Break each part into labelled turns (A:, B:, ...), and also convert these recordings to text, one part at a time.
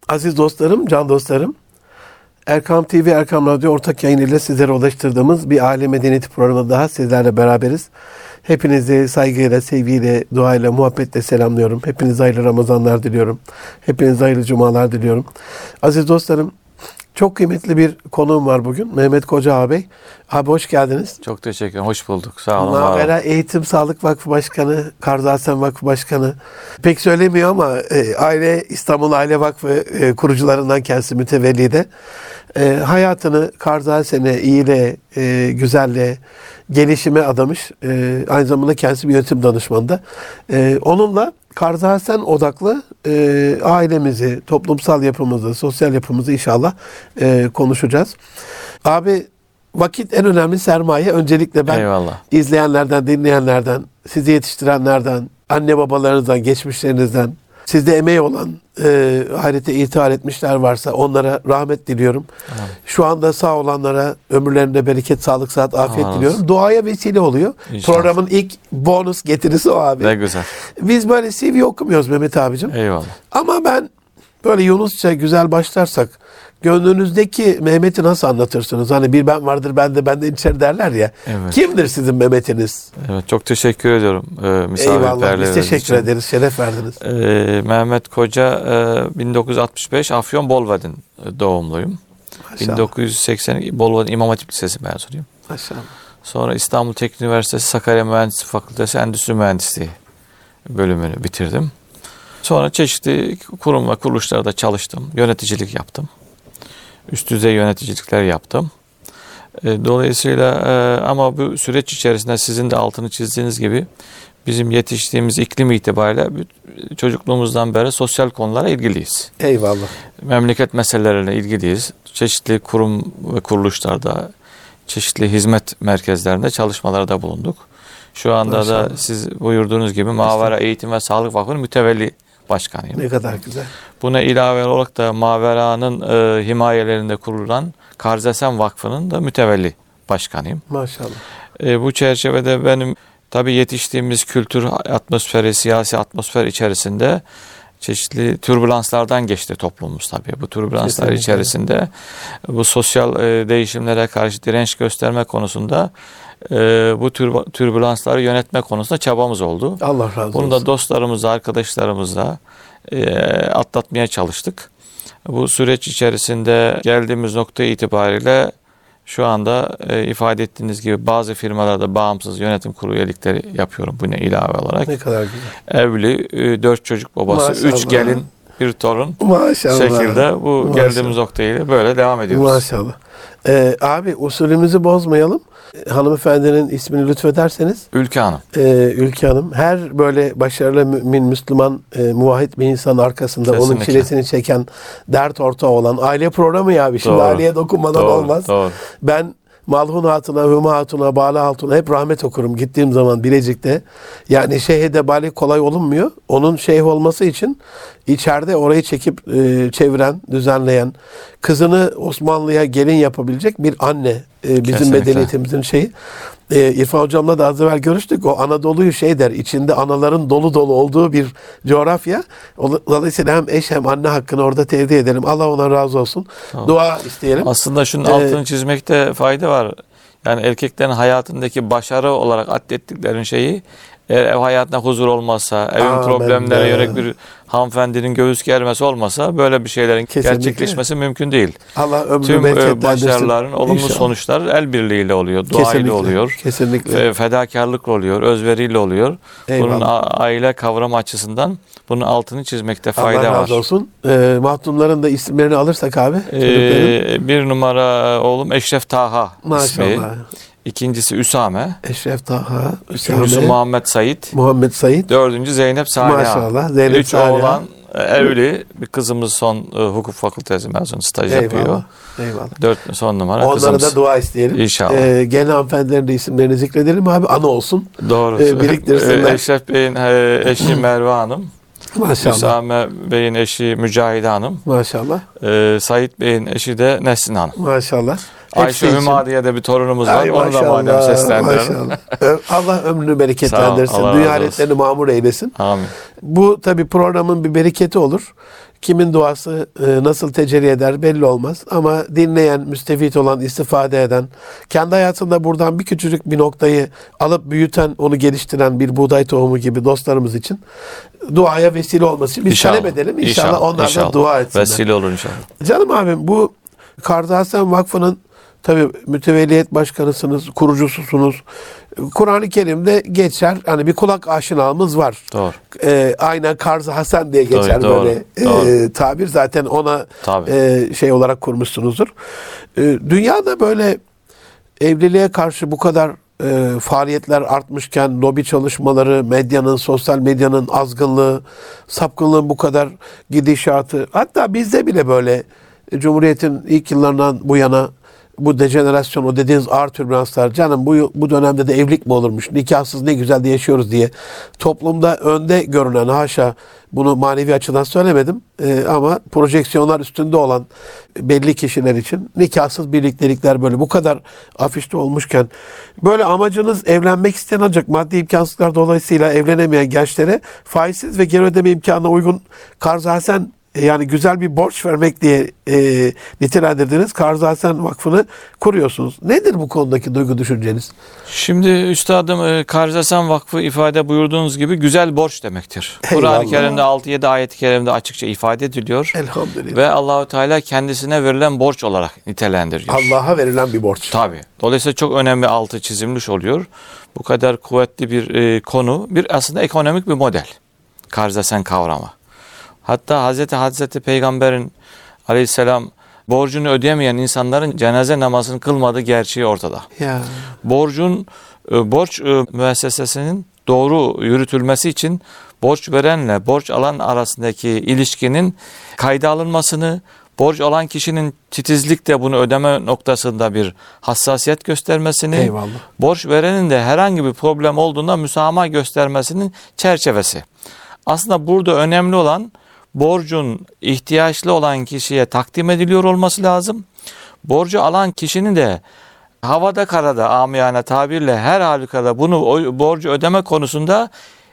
A: Aziz dostlarım, can dostlarım, Erkam TV, Erkam Radyo ortak yayın ile sizlere ulaştırdığımız bir aile medeniyeti programı daha sizlerle beraberiz. Hepinizi saygıyla, sevgiyle, duayla, muhabbetle selamlıyorum. Hepinize hayırlı Ramazanlar diliyorum. Hepinize hayırlı cumalar diliyorum. Aziz dostlarım, çok kıymetli bir konuğum var bugün. Mehmet Koca ağabey. Abi hoş geldiniz.
B: Çok teşekkür ederim. Hoş bulduk. Sağ olun.
A: Mavera Eğitim Sağlık Vakfı Başkanı, Karzasen Vakfı Başkanı. Pek söylemiyor ama İstanbul Aile Vakfı kurucularından kendisi mütevelli de. Hayatını Karzasen'e, iyiliğe, güzelliğe, gelişime adamış. Aynı zamanda kendisi bir yönetim danışmanı da. Onunla Karzasen odaklı ailemizi, toplumsal yapımızı, sosyal yapımızı inşallah konuşacağız. Abi vakit en önemli sermaye. Öncelikle ben
B: Eyvallah.
A: izleyenlerden, dinleyenlerden, sizi yetiştirenlerden, anne babalarınızdan, geçmişlerinizden, sizde emeği olan, ahirete ithal etmişler varsa onlara rahmet diliyorum.
B: Tamam.
A: Şu anda sağ olanlara ömürlerinde bereket, sağlık, sıhhat, afiyet diliyorum. Duaya vesile oluyor.
B: İnşallah.
A: Programın ilk bonus getirisi o abi.
B: Ne güzel.
A: Biz böyle CV okumuyoruz Mehmet abicim.
B: Eyvallah.
A: Ama ben böyle Yunusça güzel başlarsak, gönlünüzdeki Mehmet'i nasıl anlatırsınız? Hani bir ben vardır, ben de benden içer derler ya.
B: Evet.
A: Kimdir sizin Mehmet'iniz?
B: Evet, çok teşekkür ediyorum
A: Eyvallah.
B: misafirperverleriniz
A: Biz teşekkür
B: için.
A: ederiz. Şeref verdiniz.
B: Mehmet Koca 1965 Afyon Bolvadin doğumluyum.
A: Maşallah.
B: 1980 Bolvadin İmam Hatip Lisesi mezunuyum.
A: Maşallah.
B: Sonra İstanbul Teknik Üniversitesi Sakarya Mühendislik Fakültesi Endüstri Mühendisliği bölümünü bitirdim. Sonra çeşitli kurum ve kuruluşlarda çalıştım. Yöneticilik yaptım. Üst düzey yöneticilikler yaptım. Dolayısıyla ama bu süreç içerisinde sizin de altını çizdiğiniz gibi bizim yetiştiğimiz iklim itibariyle çocukluğumuzdan beri sosyal konulara ilgiliyiz.
A: Eyvallah.
B: Memleket meselelerine ilgiliyiz. Çeşitli kurum ve kuruluşlarda, çeşitli hizmet merkezlerinde çalışmalarda bulunduk. Şu anda
A: Maşallah.
B: da siz buyurduğunuz gibi Mavera Eğitim ve Sağlık Vakfı'nın mütevelli başkanıyım.
A: Ne kadar güzel.
B: Buna ilave olarak da Mavera'nın himayelerinde kurulan Karzasen Vakfı'nın da mütevelli başkanıyım.
A: Maşallah.
B: Bu çerçevede benim tabii yetiştiğimiz kültür atmosferi, siyasi atmosfer içerisinde çeşitli türbülanslardan geçti toplumumuz tabii. Bu türbülanslar
A: Kesinlikle.
B: içerisinde bu sosyal değişimlere karşı direnç gösterme konusunda bu türbülansları yönetme konusunda çabamız oldu.
A: Allah razı olsun.
B: Bunu da dostlarımızla, arkadaşlarımızla atlatmaya çalıştık. Bu süreç içerisinde geldiğimiz nokta itibariyle şu anda ifade ettiğiniz gibi bazı firmalarda bağımsız yönetim kurulu üyelikleri yapıyorum buna ilave olarak.
A: Ne kadar güzel.
B: Evli, 4 çocuk babası,
A: Maşallah.
B: 3 gelin, bir torun
A: Maşallah.
B: şekilde bu
A: Maşallah.
B: geldiğimiz noktayı böyle devam ediyoruz.
A: Maşallah. Abi usulümüzü bozmayalım. Hanımefendinin ismini lütfederseniz.
B: Ülke Hanım.
A: Ülke Hanım. Her böyle başarılı mümin, Müslüman, muvahhid bir insanın arkasında onun
B: Kesinlikle.
A: çilesini çeken, dert ortağı olan aile programı ya abi. Şimdi
B: Doğru.
A: aileye dokunmadan
B: Doğru,
A: olmaz.
B: doğru.
A: Ben Malhun Hatun'a, Hüma Hatun'a, Bala Hatun'a hep rahmet okurum gittiğim zaman Bilecik'te. Yani şeyhe de bali kolay olunmuyor. Onun şeyh olması için içeride orayı çekip çeviren, düzenleyen, kızını Osmanlı'ya gelin yapabilecek bir anne. Bizim
B: Kesinlikle.
A: medeniyetimizin şeyi. İrfan Hocam'la da az evvel görüştük. O Anadolu'yu şey der, içinde anaların dolu dolu olduğu bir coğrafya. Dolayısıyla hem eş hem anne hakkını orada tevdi edelim. Allah ona razı olsun.
B: Tamam.
A: Dua isteyelim.
B: Aslında şunun altını çizmekte fayda var. Yani erkeklerin hayatındaki başarı olarak adettiklerin şeyi ev hayatında huzur olmazsa, evin
A: Amin.
B: problemlere yönelik bir hanımefendinin göğüs germesi olmasa böyle bir şeylerin
A: Kesinlikle.
B: gerçekleşmesi mümkün değil.
A: Allah ömrünü
B: Tüm
A: bereketlendirsin.
B: başarıların olumlu
A: İnşallah.
B: sonuçlar el birliğiyle oluyor, duayla
A: Kesinlikle.
B: oluyor,
A: Kesinlikle.
B: fedakarlıkla oluyor, özveriyle oluyor.
A: Eyvallah.
B: Bunun aile kavramı açısından bunun altını çizmekte fayda
A: Allah
B: var.
A: razı olsun. Mahtumların da isimlerini alırsak abi. Çocukların.
B: Bir numara oğlum Eşref Taha ismi.
A: Maşallah.
B: İkincisi Üsame.
A: Eşref Taha,
B: Üçüncüsü
A: Üsame,
B: Muhammed Said.
A: Muhammed Said.
B: Dördüncü Zeynep Saliha.
A: Maşallah. Zeynep
B: 3
A: Saliha.
B: oğlan evli. Bir kızımız son hukuk fakültesi mezunu staj yapıyor.
A: Eyvallah. Eyvallah.
B: 4 son numara
A: Onlara
B: kızımız.
A: da dua isteyelim.
B: İnşallah.
A: Gelen hanımefendilerin de isimlerini zikredelim abi. Ana olsun.
B: Doğru.
A: biriktirsinler.
B: Eşref Bey'in eşi Merve Hanım.
A: Maşallah.
B: Üsame Bey'in eşi Mücahide Hanım.
A: Maşallah.
B: Said Bey'in eşi de Nesrin Hanım.
A: Maşallah.
B: Ayşe
A: Hepsi için.
B: Hüma diye de bir torunumuz var.
A: Ay,
B: Onu da madem seslendirelim.
A: Maşallah. Allah ömrünü bereketlendirsin.
B: Sağ ol, Allah
A: Dünya
B: razı olsun.
A: aletlerini mamur eylesin.
B: Amin.
A: Bu tabii programın bir bereketi olur. Kimin duası nasıl tecelli eder belli olmaz. Ama dinleyen, müstefit olan, istifade eden, kendi hayatında buradan bir küçücük bir noktayı alıp büyüten, onu geliştiren bir buğday tohumu gibi dostlarımız için duaya vesile olması için biz
B: İnşallah.
A: talep edelim. İnşallah onlar da dua etsinler.
B: Vesile olur inşallah.
A: Canım abim, bu Kardı Hasan Vakfı'nın tabii mütevelliyet başkanısınız, kurucususunuz. Kur'an-ı Kerim'de geçer. Hani bir kulak aşinalığımız var.
B: Doğru.
A: Aynen Kardı Hasan diye geçer
B: Doğru,
A: böyle
B: doğru.
A: tabir. Zaten ona
B: Tabii.
A: şey olarak kurmuşsunuzdur. Dünyada böyle evliliğe karşı bu kadar faaliyetler artmışken, lobi çalışmaları, medyanın, sosyal medyanın azgınlığı, sapkınlığın bu kadar gidişatı, hatta bizde bile böyle Cumhuriyet'in ilk yıllarından bu yana bu dejenerasyon, o dediğiniz ağır türbülanslar, canım bu dönemde de evlilik mi olurmuş, nikahsız ne güzel de yaşıyoruz diye toplumda önde görünen, haşa bunu manevi açıdan söylemedim ama projeksiyonlar üstünde olan belli kişiler için nikahsız birliktelikler böyle bu kadar afişte olmuşken, böyle amacınız evlenmek isteyen ancak maddi imkansızlıklar dolayısıyla evlenemeyen gençlere faizsiz ve geri ödeme imkanına uygun Kardı Hasan, yani güzel bir borç vermek diye nitelendirdiğiniz Kardı Hasan Vakfı'nı kuruyorsunuz. Nedir bu konudaki duygu düşünceniz?
B: Şimdi üstadım, Kardı Hasan Vakfı ifade buyurduğunuz gibi güzel borç demektir. Kur'an-ı Kerim'de 6-7 ayet-i kerimde açıkça ifade ediliyor.
A: Elhamdülillah.
B: Ve Allahu Teala kendisine verilen borç olarak nitelendiriyor.
A: Allah'a verilen bir borç.
B: Tabii. Dolayısıyla çok önemli, altı çizilmiş oluyor. Bu kadar kuvvetli bir konu, bir aslında ekonomik bir model. Kardı Hasan kavramı. Hatta Hazreti Peygamber'in aleyhisselam borcunu ödeyemeyen insanların cenaze namazını kılmadığı gerçeği ortada.
A: Ya.
B: Borç müessesesinin doğru yürütülmesi için borç verenle borç alan arasındaki ilişkinin kayda alınmasını, borç alan kişinin titizlikle bunu ödeme noktasında bir hassasiyet göstermesini,
A: Eyvallah.
B: borç verenin de herhangi bir problem olduğunda müsamaha göstermesinin çerçevesi. Aslında burada önemli olan, borcun ihtiyaçlı olan kişiye takdim ediliyor olması lazım. Borcu alan kişinin de havada karada, amiyane tabirle her halükarda bunu borcu ödeme konusunda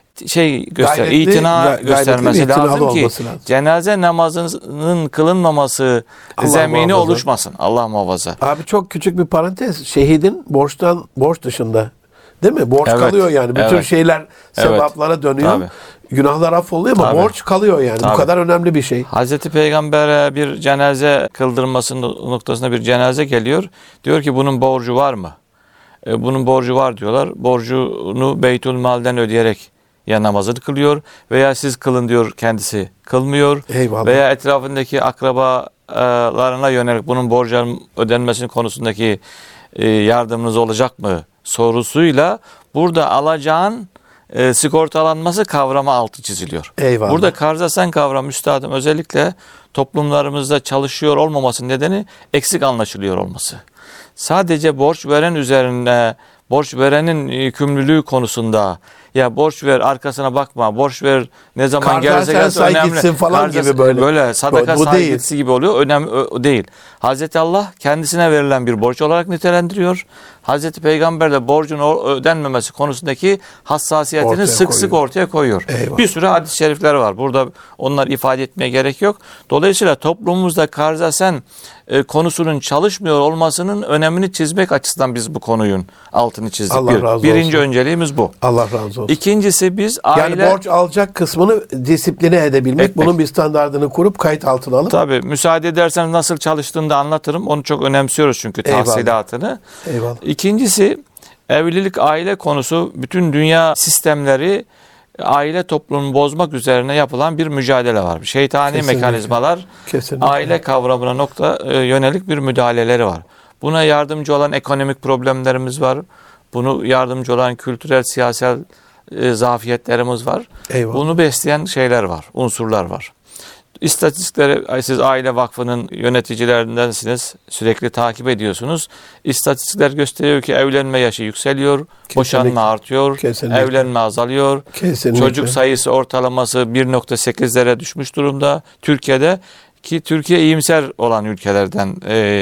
B: itina göstermesi lazım ki cenaze namazının kılınmaması zemini
A: muhafaza
B: oluşmasın. Allah muhafaza.
A: Abi çok küçük bir parantez. Şehidin borç dışında, değil mi? Borç
B: Evet,
A: kalıyor yani. Bütün
B: evet.
A: şeyler sevaplara dönüyor.
B: Tabii.
A: Günahlar affoluyor ama
B: Tabii.
A: borç kalıyor yani.
B: Tabii.
A: Bu kadar önemli bir şey.
B: Hazreti Peygamber'e bir cenaze kıldırılması noktasında bir cenaze geliyor. Diyor ki bunun borcu var mı? Bunun borcu var diyorlar. Borcunu Beytülmal'den ödeyerek ya namazını kılıyor veya siz kılın diyor, kendisi kılmıyor.
A: Eyvallah.
B: Veya etrafındaki akrabalarına yönelik bunun borcunun ödenmesinin konusundaki yardımınız olacak mı sorusuyla burada alacağın sigortalanması kavramı altı çiziliyor.
A: Eyvallah.
B: Burada Kardı Hasan kavramı üstadım özellikle toplumlarımızda çalışıyor olmaması nedeni eksik anlaşılıyor olması. Sadece borç veren üzerine, borç verenin yükümlülüğü konusunda, ya borç ver arkasına bakma, borç ver ne zaman gelirse gelsin önemli
A: falan gibi böyle
B: sadaka
A: bu
B: saygısı gibi oluyor. Önemli değil. Hazreti Allah kendisine verilen bir borç olarak nitelendiriyor. Hazreti Peygamber de borcun ödenmemesi konusundaki hassasiyetini sık ortaya koyuyor.
A: Eyvallah.
B: Bir sürü hadis-i şerifler var. Burada onlar ifade etmeye gerek yok. Dolayısıyla toplumumuzda Kardı Hasan konusunun çalışmıyor olmasının önemini çizmek açısından biz bu konunun altını çizdik.
A: Allah razı olsun.
B: Birinci önceliğimiz bu.
A: Allah razı olsun.
B: İkincisi biz aile...
A: Yani borç alacak kısmını disipline edebilmek, bunun bir standardını kurup kayıt altına alıp...
B: Tabii, müsaade ederseniz nasıl çalıştığını da anlatırım. Onu çok önemsiyoruz çünkü tahsilatını.
A: Eyvallah.
B: İkincisi, evlilik, aile konusu, bütün dünya sistemleri aile toplumunu bozmak üzerine yapılan bir mücadele var. Şeytani
A: Kesinlikle.
B: mekanizmalar,
A: Kesinlikle.
B: aile kavramına yönelik bir müdahaleleri var. Buna yardımcı olan ekonomik problemlerimiz var. Bunu yardımcı olan kültürel, siyasal zafiyetlerimiz var.
A: Eyvallah.
B: Bunu besleyen şeyler var, unsurlar var. İstatistikleri, siz Aile Vakfı'nın yöneticilerindensiniz, sürekli takip ediyorsunuz. İstatistikler gösteriyor ki evlenme yaşı yükseliyor,
A: Kesinlikle.
B: boşanma artıyor,
A: Kesinlikle.
B: evlenme azalıyor.
A: Kesinlikle.
B: Çocuk sayısı ortalaması 1.8'lere düşmüş durumda Türkiye'de. Ki Türkiye iyimser olan ülkelerden,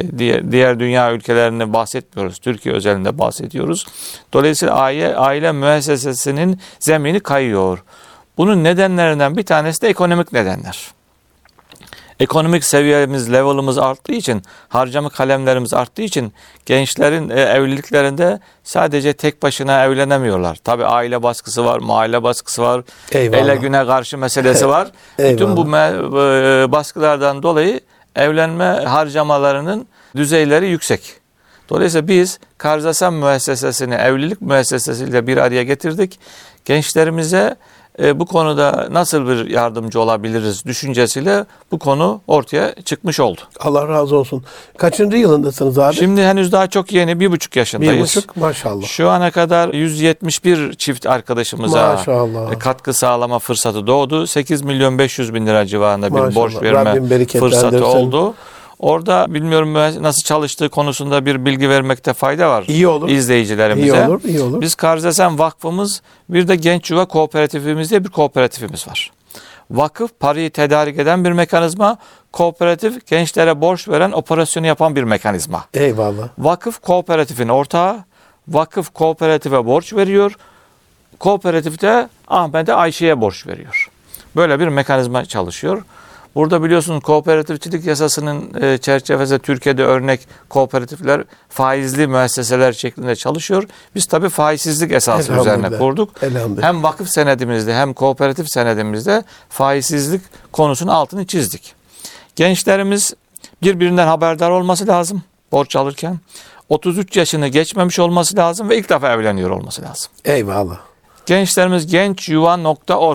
B: diğer dünya ülkelerini bahsetmiyoruz. Türkiye özelinde bahsediyoruz. Dolayısıyla aile müessesesinin zemini kayıyor. Bunun nedenlerinden bir tanesi de ekonomik nedenler. Ekonomik seviyemiz, level'ımız arttığı için, harcama kalemlerimiz arttığı için gençlerin evliliklerinde sadece tek başına evlenemiyorlar. Tabii aile baskısı var, mahalle baskısı var,
A: Eyvallah.
B: ele güne karşı meselesi var. Bütün bu baskılardan dolayı evlenme harcamalarının düzeyleri yüksek. Dolayısıyla biz Karzasan müessesesini evlilik müessesesiyle bir araya getirdik. Gençlerimize bu konuda nasıl bir yardımcı olabiliriz düşüncesiyle bu konu ortaya çıkmış oldu.
A: Allah razı olsun. Kaçıncı yılındasınız abi?
B: Şimdi henüz daha çok yeni, 1,5 yaşındayız.
A: 1,5 maşallah.
B: Şu ana kadar 171 çift arkadaşımıza
A: Maşallah.
B: katkı sağlama fırsatı doğdu. 8.500.000 lira civarında bir
A: Maşallah.
B: borç verme
A: Rabbim bereketlendirsin.
B: fırsatı oldu. Orada bilmiyorum nasıl çalıştığı konusunda bir bilgi vermekte fayda var.
A: İyi olur.
B: İzleyicilerimize.
A: İyi olur, iyi olur.
B: Biz Karzasan Vakfımız, bir de Genç Yuva Kooperatifimiz diye bir kooperatifimiz var. Vakıf parayı tedarik eden bir mekanizma, kooperatif gençlere borç veren, operasyonu yapan bir mekanizma.
A: Eyvallah.
B: Vakıf kooperatifin ortağı, vakıf kooperatife borç veriyor, kooperatif de Ahmet'e, Ayşe'ye borç veriyor. Böyle bir mekanizma çalışıyor. Burada biliyorsunuz kooperatifçilik yasasının çerçevesinde Türkiye'de örnek kooperatifler faizli müesseseler şeklinde çalışıyor. Biz tabii faizsizlik esası üzerine kurduk. Hem vakıf senedimizde hem kooperatif senedimizde faizsizlik konusunun altını çizdik. Gençlerimiz birbirinden haberdar olması lazım borç alırken. 33 yaşını geçmemiş olması lazım ve ilk defa evleniyor olması lazım.
A: Eyvallah.
B: Gençlerimiz gençyuva.org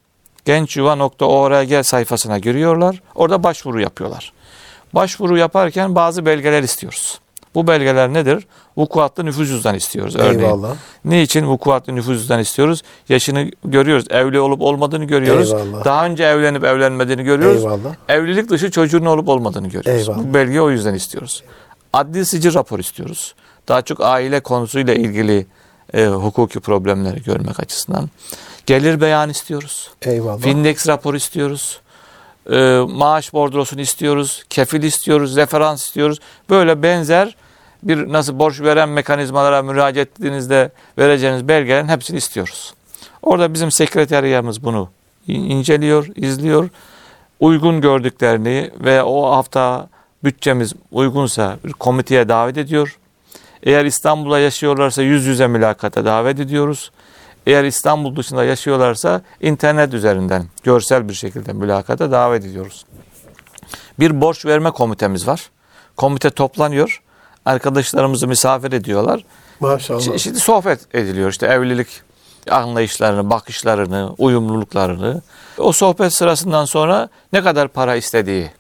B: gençyuva.org sayfasına giriyorlar. Orada başvuru yapıyorlar. Başvuru yaparken bazı belgeler istiyoruz. Bu belgeler nedir? Vukuatlı nüfus cüzdanı istiyoruz örneğin.
A: Eyvallah.
B: Niçin vukuatlı nüfus cüzdanı istiyoruz? Yaşını görüyoruz. Evli olup olmadığını görüyoruz.
A: Eyvallah.
B: Daha önce evlenip evlenmediğini görüyoruz.
A: Eyvallah.
B: Evlilik dışı çocuğun olup olmadığını görüyoruz.
A: Eyvallah.
B: Bu belgeyi o yüzden istiyoruz. Adli sicil rapor istiyoruz. Daha çok aile konusuyla ilgili hukuki problemleri görmek açısından. Gelir beyanı istiyoruz.
A: Eyvallah.
B: Findex raporu istiyoruz. Maaş bordrosunu istiyoruz. Kefil istiyoruz. Referans istiyoruz. Böyle benzer bir nasıl borç veren mekanizmalara müracaat ettiğinizde vereceğiniz belgelerin hepsini istiyoruz. Orada bizim sekreteriyamız bunu inceliyor, izliyor. Uygun gördüklerini ve o hafta bütçemiz uygunsa bir komiteye davet ediyor. Eğer İstanbul'da yaşıyorlarsa yüz yüze mülakata davet ediyoruz. Eğer İstanbul dışında yaşıyorlarsa internet üzerinden görsel bir şekilde mülakata davet ediyoruz. Bir borç verme komitemiz var. Komite toplanıyor. Arkadaşlarımızı misafir ediyorlar.
A: Maşallah.
B: Şimdi sohbet ediliyor. İşte evlilik anlayışlarını, bakışlarını, uyumluluklarını. O sohbet sırasından sonra ne kadar para istediği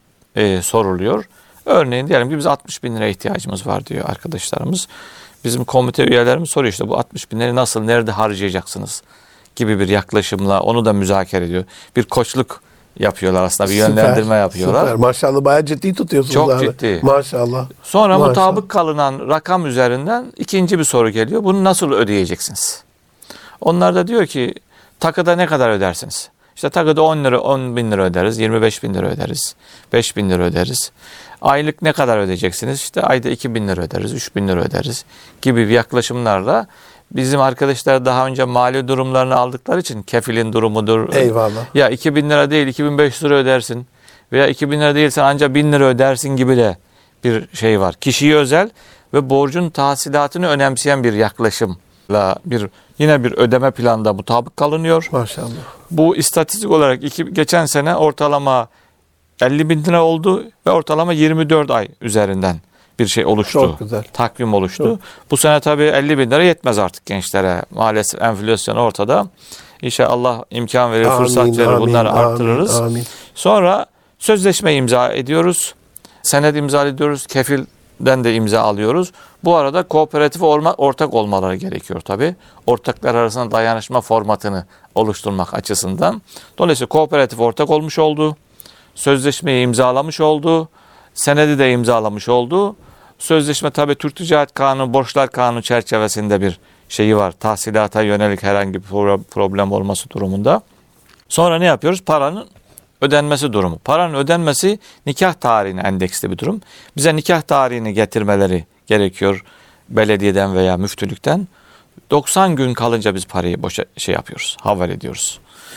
B: soruluyor. Örneğin diyelim ki biz 60.000 lira ihtiyacımız var diyor arkadaşlarımız. Bizim komite üyelerimiz soruyor işte bu 60.000 lirayı nasıl, nerede harcayacaksınız gibi bir yaklaşımla onu da müzakere ediyor. Bir koçluk yapıyorlar aslında, bir yönlendirme yapıyorlar.
A: Süper. Maşallah bayağı ciddi tutuyorsunuz
B: Çok
A: abi.
B: ciddi.
A: Maşallah.
B: Sonra
A: Maşallah.
B: mutabık kalınan rakam üzerinden ikinci bir soru geliyor. Bunu nasıl ödeyeceksiniz? Onlar da diyor ki takıda ne kadar ödersiniz? İşte takıda 10 bin lira öderiz, 25 bin lira öderiz, 5 bin lira öderiz. Aylık ne kadar ödeyeceksiniz? İşte ayda 2 bin lira öderiz, 3 bin lira öderiz gibi bir yaklaşımlarla bizim arkadaşlar daha önce mali durumlarını aldıkları için kefilin durumudur.
A: Eyvallah.
B: Ya 2 bin lira değil 2500 lira ödersin veya 2 bin lira değilsen ancak 1000 lira ödersin gibi de bir şey var. Kişiye özel ve borcun tahsilatını önemseyen bir yaklaşımla yine bir ödeme planında mutabık kalınıyor.
A: Maşallah.
B: Bu istatistik olarak geçen sene ortalama 50 bin lira oldu ve ortalama 24 ay üzerinden bir şey oluştu.
A: Çok güzel.
B: Takvim oluştu.
A: Çok.
B: Bu sene tabii 50 bin lira yetmez artık gençlere. Maalesef enflasyon ortada. İnşallah Allah imkan verir, fırsat verir, bunları arttırırız.
A: Amin.
B: Sonra sözleşme imza ediyoruz. Senet imza ediyoruz. Kefilden de imza alıyoruz. Bu arada kooperatif ortak olmaları gerekiyor tabii. Ortaklar arasında dayanışma formatını oluşturmak açısından. Dolayısıyla kooperatif ortak olmuş oldu. Sözleşmeyi imzalamış oldu. Senedi de imzalamış oldu. Sözleşme tabii Türk Ticaret Kanunu, Borçlar Kanunu çerçevesinde bir şeyi var. Tahsilata yönelik herhangi bir problem olması durumunda. Sonra ne yapıyoruz? Paranın ödenmesi durumu. Paranın ödenmesi nikah tarihine endeksli bir durum. Bize nikah tarihini getirmeleri gerekiyor belediyeden veya müftülükten. 90 gün kalınca biz parayı yapıyoruz, havale ediyoruz.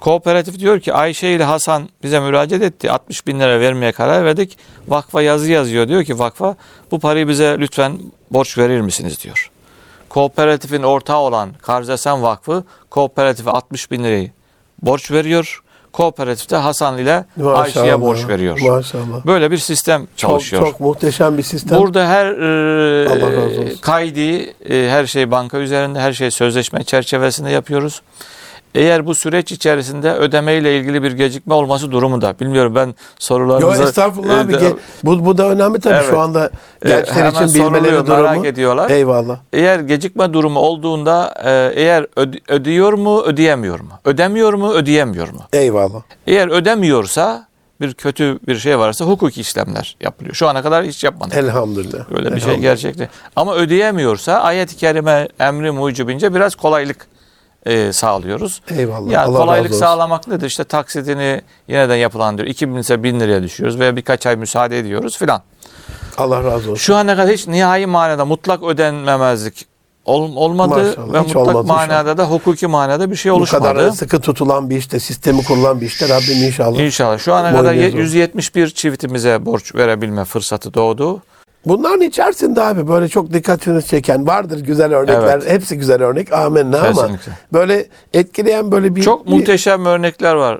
B: Kooperatif diyor ki Ayşe ile Hasan bize müracaat etti. 60 bin lira vermeye karar verdik. Vakfa yazı yazıyor. Diyor ki vakfa bu parayı bize lütfen borç verir misiniz diyor. Kooperatifin ortağı olan Karzasen Vakfı kooperatife 60 bin lirayı borç veriyor. Kooperatifte Hasan ile Ayşe'ye borç veriyor.
A: Maşallah.
B: Böyle bir sistem çalışıyor.
A: Çok muhteşem bir sistem.
B: Burada her
A: Allah razı olsun.
B: kaydı, her şey banka üzerinde, her şey sözleşme çerçevesinde yapıyoruz. Eğer bu süreç içerisinde ödemeyle ilgili bir gecikme olması durumunda, bilmiyorum ben sorularınızı...
A: Yok estağfurullah abi. Bu da önemli tabii
B: Evet.
A: şu anda gençler
B: hemen
A: için bilmeleri
B: soruluyor,
A: durumu.
B: merak ediyorlar.
A: Eyvallah.
B: Eğer gecikme durumu olduğunda eğer ödüyor mu, ödeyemiyor mu? Ödemiyor mu, ödeyemiyor mu?
A: Eyvallah.
B: Eğer ödemiyorsa, bir kötü bir şey varsa hukuki işlemler yapılıyor. Şu ana kadar hiç yapmadık.
A: Elhamdülillah.
B: Böyle bir şey gerçekti. Ama ödeyemiyorsa ayet-i kerime emri mucibince biraz kolaylık sağlıyoruz.
A: Eyvallah.
B: Yani
A: Allah
B: kolaylık
A: razı olsun.
B: sağlamak nedir? İşte taksidini yeniden yapılandırıyor. 2000 ise 1000 liraya düşüyoruz veya birkaç ay müsaade ediyoruz filan.
A: Allah razı olsun.
B: Şu ana kadar hiç nihai manada mutlak ödenmemezlik olmadı
A: Maşallah,
B: ve
A: hiç
B: mutlak
A: olmaz
B: manada da hukuki manada bir şey
A: Bu
B: oluşmadı.
A: kadar sıkı tutulan bir işte, sistemi kurulan bir işte Rabbim inşallah.
B: İnşallah. Şu ana kadar
A: Boyunca zor.
B: 171 çiftimize borç verebilme fırsatı doğdu.
A: Bunların içerisinde abi böyle çok dikkatinizi çeken vardır güzel örnekler.
B: Evet.
A: Hepsi güzel örnek. Amenna ama
B: Kesinlikle.
A: böyle etkileyen böyle bir...
B: Çok muhteşem örnekler var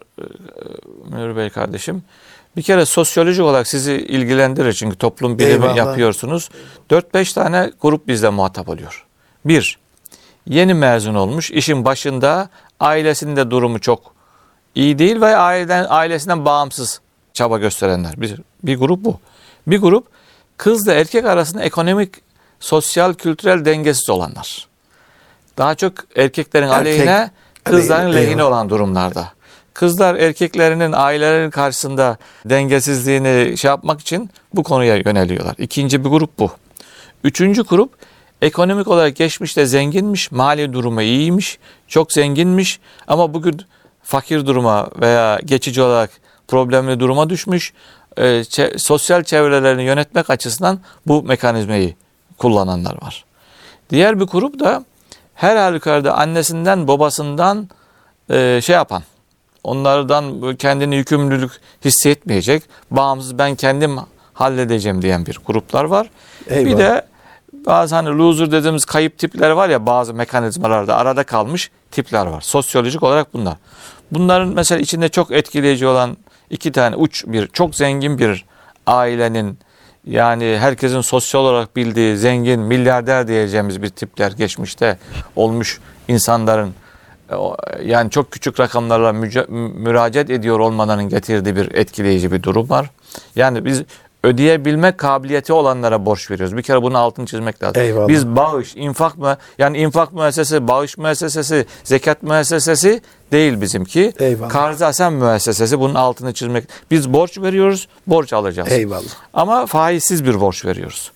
B: Münir Bey kardeşim. Bir kere sosyolojik olarak sizi ilgilendirir çünkü toplum bilimi
A: Eyvallah.
B: yapıyorsunuz. 4-5 tane grup bizle muhatap oluyor. Bir, yeni mezun olmuş, işin başında, ailesinin durumu çok iyi değil ve ailesinden bağımsız çaba gösterenler. Bir grup bu. Bir grup kızla erkek arasında ekonomik, sosyal, kültürel dengesiz olanlar. Daha çok erkeklerin aleyhine, kızların lehine olan durumlarda. Kızlar erkeklerinin, ailelerinin karşısında dengesizliğini yapmak için bu konuya yöneliyorlar. İkinci bir grup bu. Üçüncü grup ekonomik olarak geçmişte zenginmiş, mali durumu iyiymiş, çok zenginmiş ama bugün fakir duruma veya geçici olarak problemli duruma düşmüş. Sosyal çevrelerini yönetmek açısından bu mekanizmayı kullananlar var. Diğer bir grup da her halükarda annesinden, babasından yapan, onlardan kendini yükümlülük hissetmeyecek, bağımsız ben kendim halledeceğim diyen bir gruplar var.
A: Eyvallah.
B: Bir de bazı hani loser dediğimiz kayıp tipler var ya, bazı mekanizmalarda arada kalmış tipler var. Sosyolojik olarak bunlar. Bunların mesela içinde çok etkileyici olan iki tane çok zengin bir ailenin, yani herkesin sosyal olarak bildiği zengin, milyarder diyeceğimiz bir tipler, geçmişte olmuş insanların yani çok küçük rakamlarla müracaat ediyor olmalarının getirdiği bir etkileyici bir durum var. Yani biz ödeyebilme kabiliyeti olanlara borç veriyoruz. Bir kere bunun altını çizmek lazım.
A: Eyvallah.
B: Biz bağış, infak müessesesi, bağış müessesesi, zekat müessesesi değil bizimki.
A: Eyvallah.
B: Karzasen müessesesi, bunun altını çizmek. Biz borç veriyoruz, borç alacağız.
A: Eyvallah.
B: Ama faizsiz bir borç veriyoruz.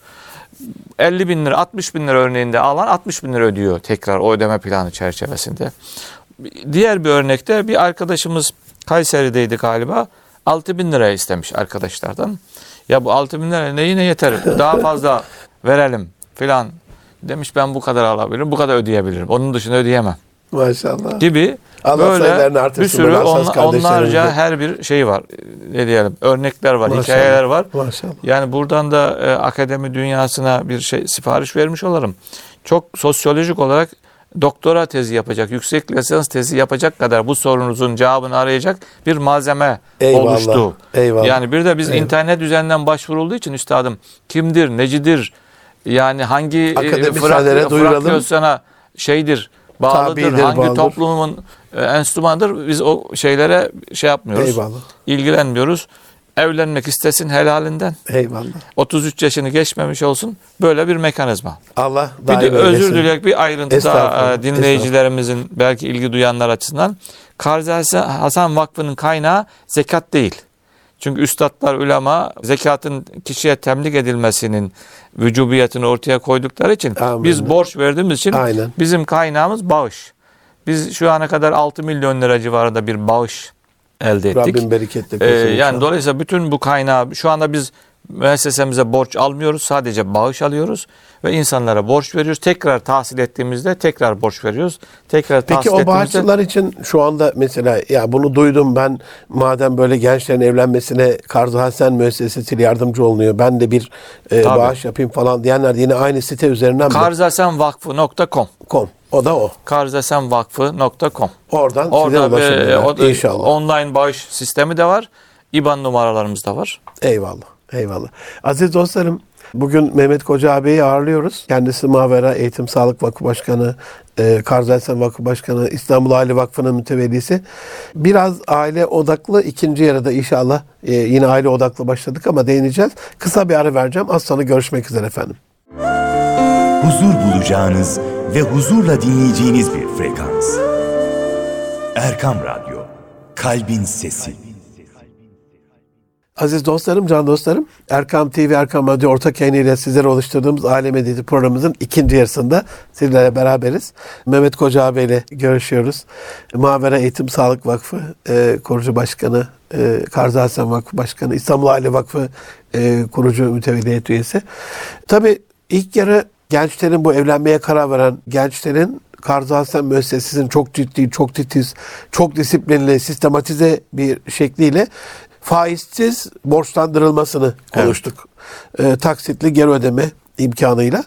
B: 50 bin lira, 60 bin lira örneğinde alan 60 bin lira ödüyor tekrar o ödeme planı çerçevesinde. Diğer bir örnekte bir arkadaşımız Kayseri'deydi galiba. 6 bin liraya istemiş arkadaşlardan. Ya bu 6 bin lira neyine yeter? Daha fazla verelim filan. Demiş ben bu kadar alabilirim, bu kadar ödeyebilirim. Onun dışında ödeyemem.
A: Maşallah.
B: Gibi
A: Allah sayılarını
B: böyle
A: artırsın
B: bir sürü
A: böyle hassas
B: onlarca
A: kardeşlerimizle.
B: her bir şey var. Ne diyelim? Örnekler var,
A: Maşallah.
B: hikayeler var.
A: Maşallah.
B: Yani buradan da akademi dünyasına bir sipariş vermiş olalım. Çok sosyolojik olarak doktora tezi yapacak, yüksek lisans tezi yapacak kadar bu sorunuzun cevabını arayacak bir malzeme
A: Eyvallah.
B: oluştu.
A: Eyvallah.
B: Yani bir de biz
A: Eyvallah.
B: internet üzerinden başvurulduğu için üstadım kimdir, necidir, yani hangi
A: Akademisyenlere duyuralım.
B: fraksiyona şeydir, bağlıdır,
A: Tabidir,
B: hangi
A: bağlıdır.
B: toplumun enstrümanıdır, biz o şeylere yapmıyoruz.
A: Eyvallah.
B: İlgilenmiyoruz. Evlenmek istesin helalinden.
A: Eyvallah. 33
B: yaşını geçmemiş olsun. Böyle bir mekanizma.
A: Allah
B: Bir de
A: daim
B: özür
A: eylesin.
B: dileyerek bir ayrıntı
A: Estağfurullah,
B: da dinleyicilerimizin belki ilgi duyanlar açısından. Karzasen Vakfı'nın kaynağı zekat değil. Çünkü üstadlar, ulema zekatın kişiye temlik edilmesinin vücubiyetini ortaya koydukları için
A: Amin.
B: biz borç verdiğimiz için
A: Aynen.
B: bizim kaynağımız bağış. Biz şu ana kadar 6 milyon lira civarında bir bağış elde ettik.
A: Rabbim bereketle koysun.
B: Yani dolayısıyla bütün bu kaynağı şu anda biz müessesemize borç almıyoruz. Sadece bağış alıyoruz ve insanlara borç veriyoruz. Tekrar tahsil ettiğimizde tekrar borç veriyoruz. Tekrar
A: Peki
B: tahsil
A: o
B: ettiğimizde...
A: bağışçılar için şu anda mesela ya bunu duydum ben, madem böyle gençlerin evlenmesine Karzu Hasen müessesesiyle yardımcı olunuyor, ben de bir bağış yapayım falan diyenler yine aynı site üzerinden mi?
B: Karzasenvakfı.com.
A: O da o.
B: Karzasenvakfı.com.
A: Oradan size
B: Orada
A: ulaşabilirler inşallah.
B: online bağış sistemi de var. IBAN numaralarımız da var.
A: Eyvallah. Eyvallah. Aziz dostlarım, bugün Mehmet Koca abiyi ağırlıyoruz. Kendisi Mavera Eğitim Sağlık Vakfı Başkanı, Karzu Hasen Vakfı Başkanı, İstanbul Aile Vakfı'nın mütevellisi. Biraz aile odaklı, ikinci yarıda inşallah yine aile odaklı başladık ama değineceğiz. Kısa bir ara vereceğim. Az sonra görüşmek üzere efendim.
C: Huzur bulacağınız ve huzurla dinleyeceğiniz bir frekans. Erkam Radyo, Kalbin Sesi.
A: Aziz dostlarım, can dostlarım, Erkam TV, Erkam Radyo ortak yayınıyla sizlere oluşturduğumuz Aile Medyası programımızın ikinci yarısında sizlerle beraberiz. Mehmet Koca abiyle görüşüyoruz. Mavera Eğitim Sağlık Vakfı kurucu başkanı, Karzu Hasen Vakfı Başkanı, İstanbul Aile Vakfı kurucu mütevelliyet üyesi. Tabii ilk yarı gençlerin, bu evlenmeye karar veren gençlerin Karzu Hasen müessesesinin çok ciddi, çok titiz, çok disiplinli, sistematize bir şekliyle faizsiz borçlandırılmasını konuştuk. Taksitli geri ödeme imkanıyla.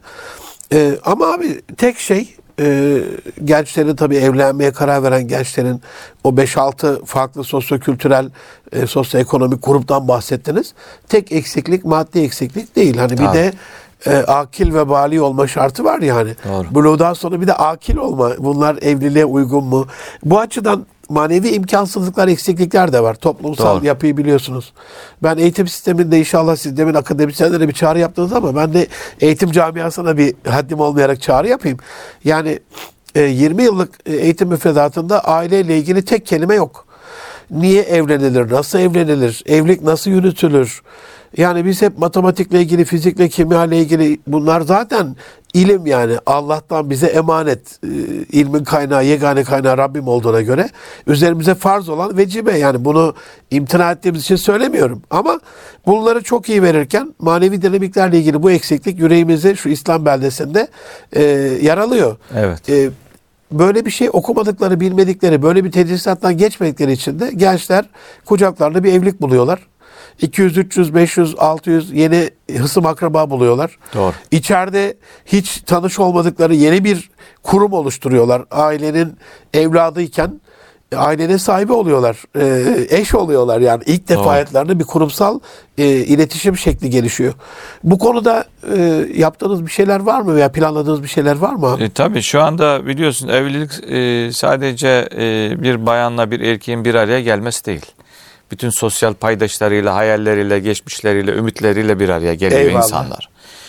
A: Ama abi tek şey, gençlerin, tabii evlenmeye karar veren gençlerin o 5-6 farklı sosyokültürel, sosyoekonomik gruptan bahsettiniz. Tek eksiklik maddi eksiklik değil. Hani bir de akil ve bali olma şartı var yani. Buluğdan sonra bir de akil olma. Bunlar evliliğe uygun mu? Bu açıdan manevi imkansızlıklar, eksiklikler de var. Toplumsal yapıyı biliyorsunuz. Ben eğitim sisteminde, inşallah siz demin akademisyenlere bir çağrı yaptınız ama ben de eğitim camiasına bir haddim olmayarak çağrı yapayım. Yani 20 yıllık eğitim müfredatında aileyle ilgili tek kelime yok. Niye evlenilir? Nasıl evlenilir? Evlilik nasıl yürütülür? Yani biz hep matematikle ilgili, fizikle, kimya ile ilgili, bunlar zaten ilim yani. Allah'tan bize emanet. İlmin kaynağı, yegane kaynağı Rabbim olduğuna göre üzerimize farz olan vecibe. Yani bunu imtina ettiğimiz için söylemiyorum. Ama bunları çok iyi verirken manevi dinamiklerle ilgili bu eksiklik yüreğimizi şu İslam beldesinde yaralıyor.
B: Evet.
A: Böyle bir şey okumadıkları, bilmedikleri, böyle bir tedrisattan geçmedikleri için de gençler kucaklarında bir evlilik buluyorlar. 200, 300, 500, 600 yeni hısım akraba buluyorlar.
B: Doğru.
A: İçeride hiç tanış olmadıkları yeni bir kurum oluşturuyorlar. Ailenin evladıyken ailenin sahibi oluyorlar. Eş oluyorlar yani. İlk defa hayatlarında bir kurumsal iletişim şekli gelişiyor. Bu konuda yaptığınız bir şeyler var mı veya planladığınız bir şeyler var mı?
B: Tabii şu anda biliyorsun evlilik sadece bir bayanla bir erkeğin bir araya gelmesi değil. Bütün sosyal paydaşlarıyla, hayalleriyle, geçmişleriyle, ümitleriyle bir araya geliyor insanlar.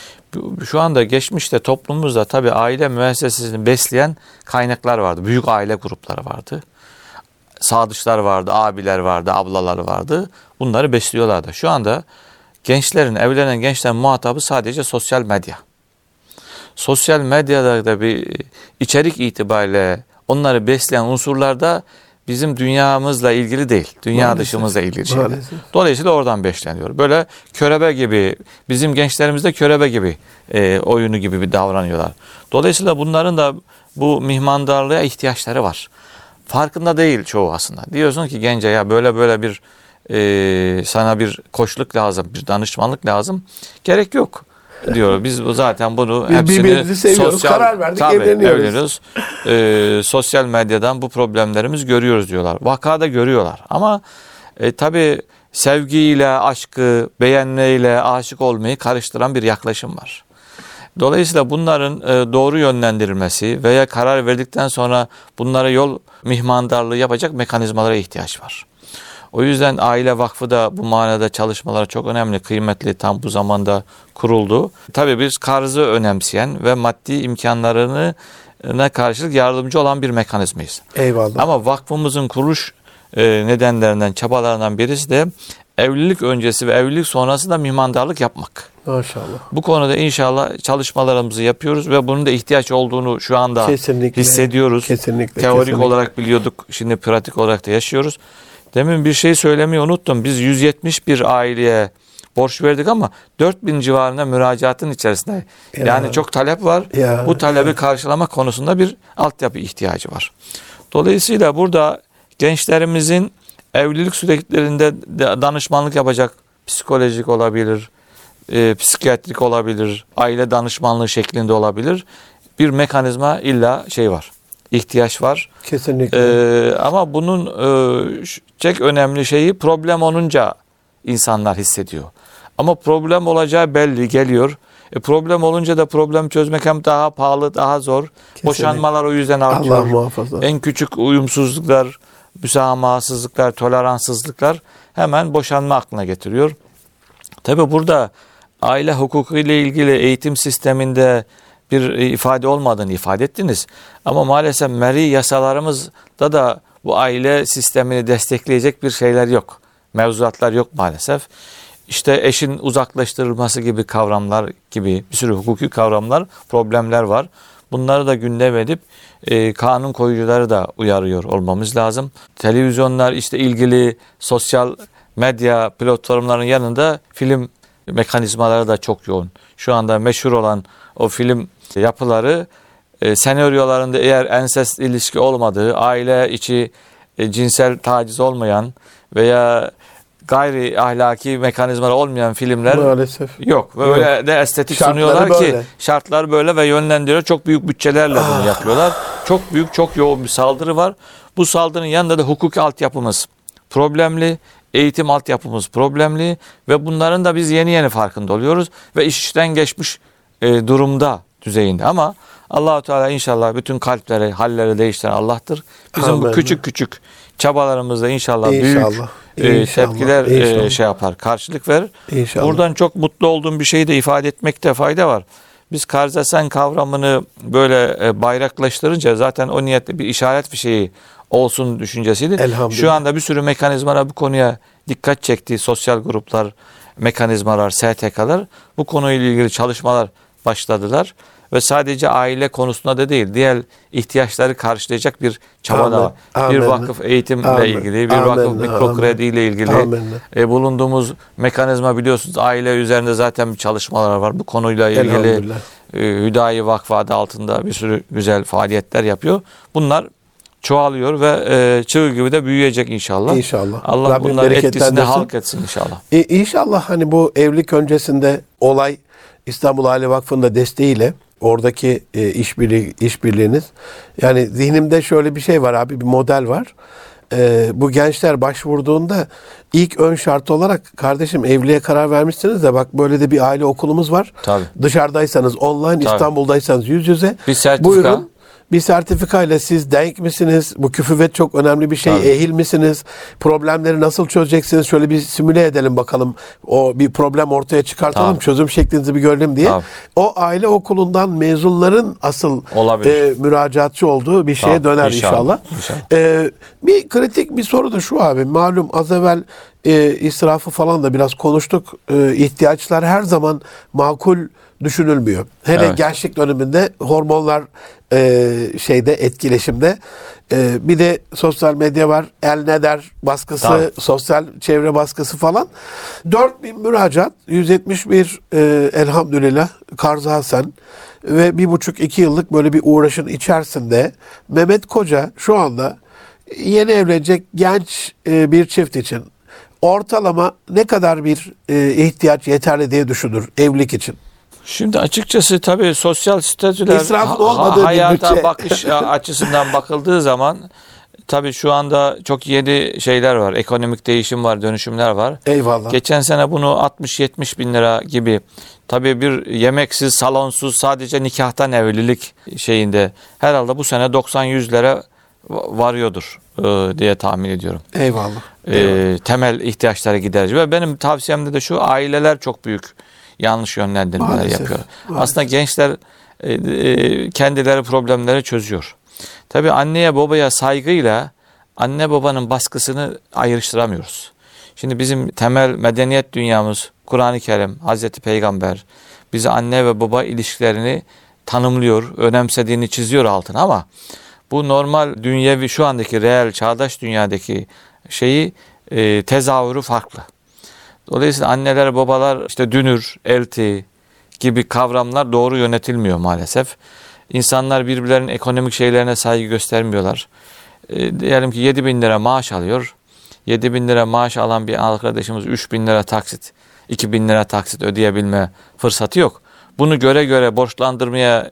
B: Şu anda geçmişte toplumumuzda tabii aile müessesesini besleyen kaynaklar vardı. Büyük aile grupları vardı. Sadıçlar vardı, abiler vardı, ablalar vardı. Bunları besliyorlardı. Şu anda gençlerin, evlenen gençlerin muhatabı sadece sosyal medya. Sosyal medyada da bir içerik itibariyle onları besleyen unsurlar da bizim dünyamızla ilgili değil. Dünya dışımızla ilgili şeyler. Dolayısıyla oradan besleniyor. Böyle körebe gibi, bizim gençlerimiz de körebe gibi oyunu gibi bir davranıyorlar. Dolayısıyla bunların da bu mihmandarlığa ihtiyaçları var. Farkında değil çoğu aslında. Diyorsun ki gence ya böyle bir sana bir koçluk lazım, bir danışmanlık lazım. Gerek yok diyor. Biz zaten bunu hepsini
A: seviyoruz, karar verdik,
B: evleniyoruz. Sosyal medyadan bu problemlerimizi görüyoruz diyorlar. Vakada görüyorlar. Ama tabii sevgiyle, aşkı, beğenmeyle aşık olmayı karıştıran bir yaklaşım var. Dolayısıyla bunların doğru yönlendirilmesi veya karar verdikten sonra bunlara yol mihmandarlığı yapacak mekanizmalara ihtiyaç var. O yüzden Aile Vakfı da bu manada çalışmaları çok önemli, kıymetli, tam bu zamanda kuruldu. Tabii biz karzı önemseyen ve maddi imkanlarına karşılık yardımcı olan bir mekanizmayız.
A: Eyvallah.
B: Ama vakfımızın kuruluş nedenlerinden, çabalarından birisi de evlilik öncesi ve evlilik sonrası da mihmandarlık yapmak.
A: Maşallah.
B: Bu konuda inşallah çalışmalarımızı yapıyoruz ve bunun da ihtiyaç olduğunu şu anda hissediyoruz. Teorik olarak biliyorduk, şimdi pratik olarak da yaşıyoruz. Demin bir şey söylemeyi unuttum. Biz 171 aileye borç verdik ama 4000 civarında müracaatın içerisinde.
A: Ya.
B: Yani çok talep var.
A: Ya,
B: Bu talebi
A: ya.
B: karşılama konusunda bir altyapı ihtiyacı var. Dolayısıyla burada gençlerimizin evlilik süreçlerinde danışmanlık yapacak, psikolojik olabilir, psikiyatrik olabilir, aile danışmanlığı şeklinde olabilir. Bir mekanizma illa var. İhtiyaç var.
A: Kesinlikle.
B: Ama bunun tek önemli şeyi problem olunca insanlar hissediyor. Ama problem olacağı belli geliyor. Problem olunca da problem çözmek hem daha pahalı, daha zor.
A: Kesinlikle.
B: Boşanmalar o yüzden artıyor.
A: Allah muhafaza.
B: En küçük uyumsuzluklar, müsamahasızlıklar, toleranssızlıklar hemen boşanma aklına getiriyor. Tabii burada aile hukuku ile ilgili eğitim sisteminde bir ifade olmadığını ifade ettiniz. Ama maalesef meri yasalarımızda da bu aile sistemini destekleyecek bir şeyler yok. Mevzuatlar yok maalesef. İşte eşin uzaklaştırılması gibi kavramlar gibi bir sürü hukuki kavramlar, problemler var. Bunları da gündem edip kanun koyucuları da uyarıyor olmamız lazım. Televizyonlar işte ilgili sosyal medya platformlarının yanında film mekanizmaları da çok yoğun. Şu anda meşhur olan o film yapıları senaryolarında eğer ensest ilişki olmadığı, aile içi cinsel taciz olmayan veya gayri ahlaki mekanizmalar olmayan filmler
A: Maalesef
B: yok. Ve öyle de estetik
A: Şartları
B: sunuyorlar ki
A: böyle.
B: şartlar böyle ve yönlendiriyor. Çok büyük bütçelerle bunu yapıyorlar. Çok büyük, çok yoğun bir saldırı var. Bu saldırının yanında da hukuki altyapımız problemli, eğitim altyapımız problemli ve bunların da biz yeni farkında oluyoruz ve iş işten geçmiş durumda düzeyinde. Ama Allah-u Teala inşallah bütün kalpleri, halleri değiştiren Allah'tır. Bizim
A: Amin.
B: bu küçük çabalarımızda inşallah büyük
A: İnşallah.
B: tepkiler
A: İnşallah.
B: yapar, karşılık verir.
A: İnşallah.
B: Buradan çok mutlu olduğum bir şeyi de ifade etmekte fayda var. Biz Kardeşsen kavramını böyle bayraklaştırınca zaten o niyetle bir işaret fişeği olsun düşüncesiydi.
A: Elhamdülillah.
B: Şu anda bir sürü mekanizmalar bu konuya dikkat çekti. Sosyal gruplar, mekanizmalar, STK'lar bu konuyla ilgili çalışmalar başladılar. Ve sadece aile konusunda da değil, diğer ihtiyaçları karşılayacak bir çaba da var. Bir vakıf eğitimle ilgili, bir vakıf mikrokredi ile ilgili bulunduğumuz mekanizma biliyorsunuz aile üzerinde zaten çalışmalar var. Bu konuyla ilgili Hüdayi Vakfı adı altında bir sürü güzel faaliyetler yapıyor. Bunlar çoğalıyor ve çığ gibi de büyüyecek inşallah.
A: İnşallah.
B: Allah
A: Rabbim
B: bunların etkisini
A: bereketlendirsin.
B: halk etsin inşallah.
A: İnşallah hani bu evlilik öncesinde olay İstanbul Aile Vakfı'nın desteğiyle oradaki işbirliğiniz. Yani zihnimde şöyle bir şey var abi, bir model var. Bu gençler başvurduğunda ilk ön şart olarak kardeşim evliliğe karar vermişsiniz de bak böyle de bir aile okulumuz var.
B: Tabii.
A: Dışarıdaysanız online,
B: Tabii.
A: İstanbul'daysanız yüz yüze.
B: Bir sertifika.
A: Buyurun. Bir sertifikayla siz denk misiniz? Bu küfüvet çok önemli bir şey.
B: Tabii.
A: Ehil misiniz? Problemleri nasıl çözeceksiniz? Şöyle bir simüle edelim bakalım. O bir problem ortaya çıkartalım.
B: Tabii.
A: Çözüm şeklinizi bir görelim diye.
B: Tabii.
A: O aile okulundan mezunların asıl müracaatçı olduğu bir şeye döner inşallah. Bir kritik bir soru da şu abi. Malum az evvel israfı falan da biraz konuştuk. İhtiyaçlar her zaman makul düşünülmüyor. Hele gençlik döneminde hormonlar etkileşimde. Bir de sosyal medya var. El ne der baskısı,
B: Tabii.
A: sosyal çevre baskısı falan. 4000 müracaat, 171 elhamdülillah Karzasen ve 1,5-2 yıllık böyle bir uğraşın içerisinde Mehmet Koca şu anda yeni evlenecek genç bir çift için ortalama ne kadar bir ihtiyaç yeterli diye düşünür evlilik için?
B: Şimdi açıkçası tabii sosyal statüler hayata bakış açısından bakıldığı zaman tabii şu anda çok yeni şeyler var. Ekonomik değişim var, dönüşümler var.
A: Eyvallah.
B: Geçen sene bunu 60-70 bin lira gibi tabii bir yemeksiz, salonsuz sadece nikahtan evlilik şeyinde herhalde bu sene 90-100 lira varıyordur diye tahmin ediyorum.
A: Eyvallah.
B: Temel ihtiyaçları giderici ve benim tavsiyemde de şu aileler çok büyük yanlış yönlendirmeler yapıyor. Aslında gençler kendileri problemleri çözüyor. Tabii anneye babaya saygıyla anne babanın baskısını ayrıştıramıyoruz. Şimdi bizim temel medeniyet dünyamız Kur'an-ı Kerim, Hazreti Peygamber bize anne ve baba ilişkilerini tanımlıyor, önemsediğini çiziyor altına ama bu normal dünyevi şu andaki reel çağdaş dünyadaki şeyi tezahürü farklı. Dolayısıyla anneler, babalar, işte dünür, elti gibi kavramlar doğru yönetilmiyor maalesef. İnsanlar birbirlerinin ekonomik şeylerine saygı göstermiyorlar. Diyelim ki 7.000 lira maaş alıyor. 7.000 lira maaş alan bir arkadaşımız 3.000 lira taksit, 2.000 lira taksit ödeyebilme fırsatı yok. Bunu göre göre borçlandırmaya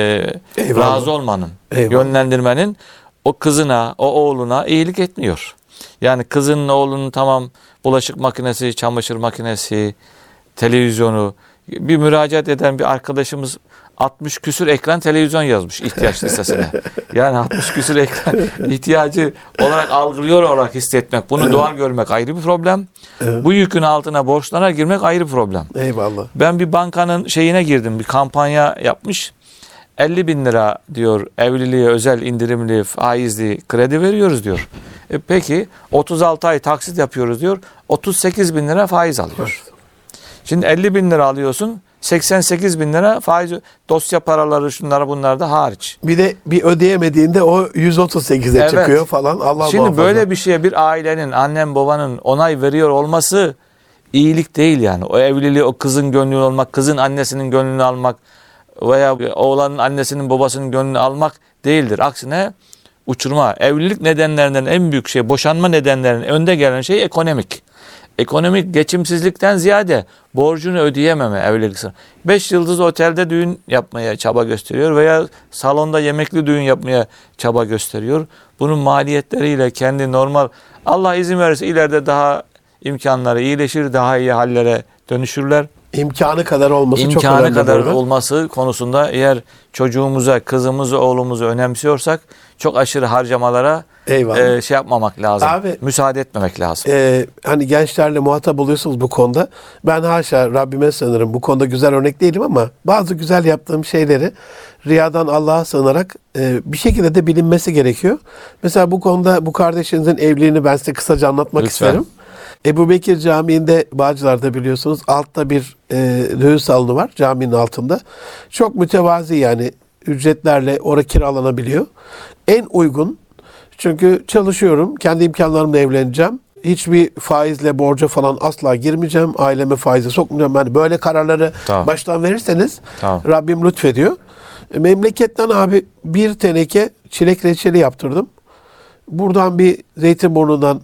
B: razı olmanın, yönlendirmenin o kızına, o oğluna iyilik etmiyor. Yani kızının, oğlunun tamam bulaşık makinesi, çamaşır makinesi, televizyonu, bir müracaat eden bir arkadaşımız 60 küsür ekran televizyon yazmış ihtiyaç listesine. Yani 60 küsür ekran ihtiyacı olarak algılıyor olarak hissetmek, bunu doğal görmek ayrı bir problem. Bu yükün altına borçlara girmek ayrı bir problem.
A: Eyvallah.
B: Ben bir bankanın şeyine girdim, bir kampanya yapmış. 50.000 lira diyor evliliğe özel indirimli faizli kredi veriyoruz diyor. Peki 36 ay taksit yapıyoruz diyor. 38.000 lira faiz alıyor. Şimdi 50.000 lira alıyorsun. 88.000 lira faiz, dosya paraları, şunları bunlar da hariç.
A: Bir de bir ödeyemediğinde o 138'e çıkıyor falan. Allah
B: Şimdi
A: muhafaza.
B: böyle bir şeye bir ailenin, annem babanın onay veriyor olması iyilik değil yani. O evliliği, o kızın gönlünü almak, kızın annesinin gönlünü almak veya oğlanın annesinin babasının gönlünü almak değildir. Aksine uçurma. Evlilik nedenlerinden en büyük şey, boşanma nedenlerinin önde gelen şey ekonomik. Ekonomik geçimsizlikten ziyade borcunu ödeyememe evlilik sırasında. 5 yıldızlı otelde düğün yapmaya çaba gösteriyor veya salonda yemekli düğün yapmaya çaba gösteriyor. Bunun maliyetleriyle kendi normal, Allah izin verirse ileride daha imkanları iyileşir, daha iyi hallere dönüşürler.
A: İmkanı kadar olması çok önemli.
B: İmkanı kadar olması konusunda eğer çocuğumuza, kızımızı, oğlumuzu önemsiyorsak çok aşırı harcamalara şey yapmamak lazım. Abi, müsaade etmemek lazım.
A: Hani gençlerle muhatap oluyorsunuz bu konuda. Ben haşa Rabbime sığınırım. Bu konuda güzel örnek değilim ama bazı güzel yaptığım şeyleri riyadan Allah'a sığınarak bir şekilde de bilinmesi gerekiyor. Mesela bu konuda bu kardeşinizin evliliğini ben size kısaca anlatmak isterim. Ebu Bekir Camii'nde, Bağcılar'da biliyorsunuz, altta bir düğün salonu var caminin altında. Çok mütevazi, yani ücretlerle orada kiralanabiliyor. En uygun, çünkü çalışıyorum, kendi imkanlarımla evleneceğim. Hiçbir faizle, borca falan asla girmeyeceğim. Aileme faize sokmayacağım. Yani böyle kararları baştan verirseniz Rabbim lütfediyor. Memleketten abi bir teneke çilek reçeli yaptırdım. Buradan bir Zeytinburnu'ndan,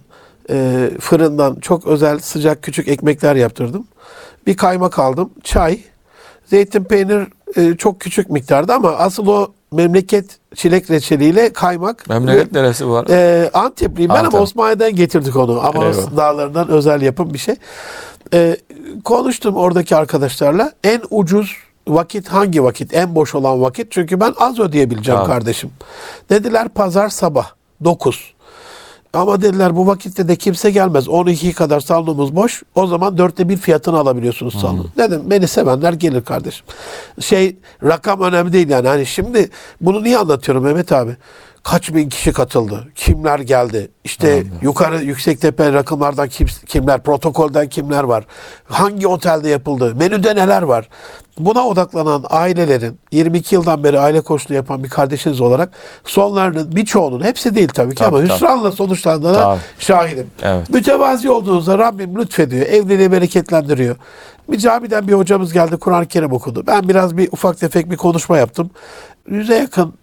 A: fırından çok özel sıcak küçük ekmekler yaptırdım. Bir kaymak aldım. Çay, zeytin, peynir çok küçük miktarda ama asıl o memleket çilek reçeliyle kaymak.
B: Memleket neresi var?
A: Antepliyim ben ama Osmaniye'den getirdik onu. Amanos dağlarından özel yapım bir şey. Konuştum oradaki arkadaşlarla. En ucuz vakit hangi vakit? En boş olan vakit. Çünkü ben az ödeyebileceğim kardeşim. Dediler pazar sabah 9. Ama dediler bu vakitte de kimse gelmez. 12 kadar salonumuz boş. O zaman 1/4 fiyatını alabiliyorsunuz salonu. Dedim beni sevenler gelir kardeşim. Rakam önemli değil yani. Hani şimdi bunu niye anlatıyorum Mehmet abi? Kaç bin kişi katıldı? Kimler geldi? İşte yukarı yüksek tepe rakımlardan kimler? Protokolden kimler var? Hangi otelde yapıldı? Menüde neler var? Buna odaklanan ailelerin 22 yıldan beri aile koçluğu yapan bir kardeşiniz olarak sonlarının birçoğunun, hepsi değil tabii ki ama hüsranla sonuçlandığına şahidim. Evet. Mütevazi olduğunuzda Rabbim lütfediyor. Evliliği bereketlendiriyor. Bir camiden bir hocamız geldi, Kur'an-ı Kerim okudu. Ben biraz ufak tefek bir konuşma yaptım. 100'e yakın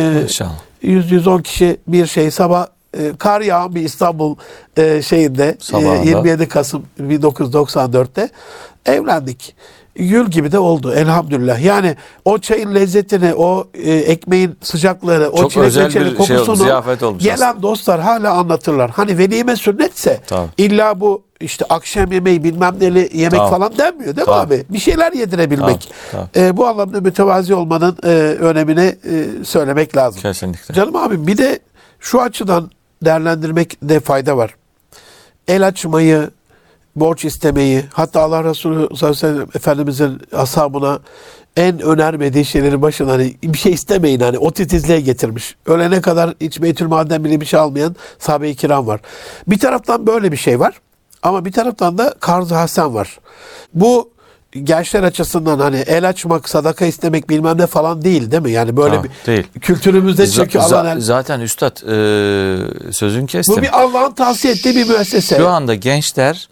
A: 100-110 kişi bir sabah kar yağan bir İstanbul şeyinde 27 Kasım 1994'te evlendik. Gül gibi de oldu elhamdülillah. Yani o çayın lezzetini, o ekmeğin sıcaklığını, o çilek reçeli kokusunu gelen dostlar hala anlatırlar. Hani velime sünnetse illa bu işte akşam yemeği bilmem neli yemek falan denmiyor değil mi abi? Bir şeyler yedirebilmek. Bu anlamda mütevazi olmanın önemini söylemek lazım.
B: Kesinlikle.
A: Canım abi bir de şu açıdan değerlendirmekte fayda var. El açmayı, borç istemeyi, hatta Allah Resulü sallallahu aleyhi ve sellem Efendimizin ashabına en önermediği şeylerin başına hani bir şey istemeyin, hani o titizliğe getirmiş. Ölene kadar hiç Beytülmal'den bile bir şey almayan sahabe-i kiram var. Bir taraftan böyle bir şey var ama bir taraftan da karz-ı hasen var. Bu gençler açısından hani el açmak, sadaka istemek bilmem ne falan değil mi? Yani böyle bir değil. Kültürümüzde çünkü
B: zaten üstad sözün kestim.
A: Bu bir Allah'ın tavsiye ettiği bir müessese.
B: Şu anda gençler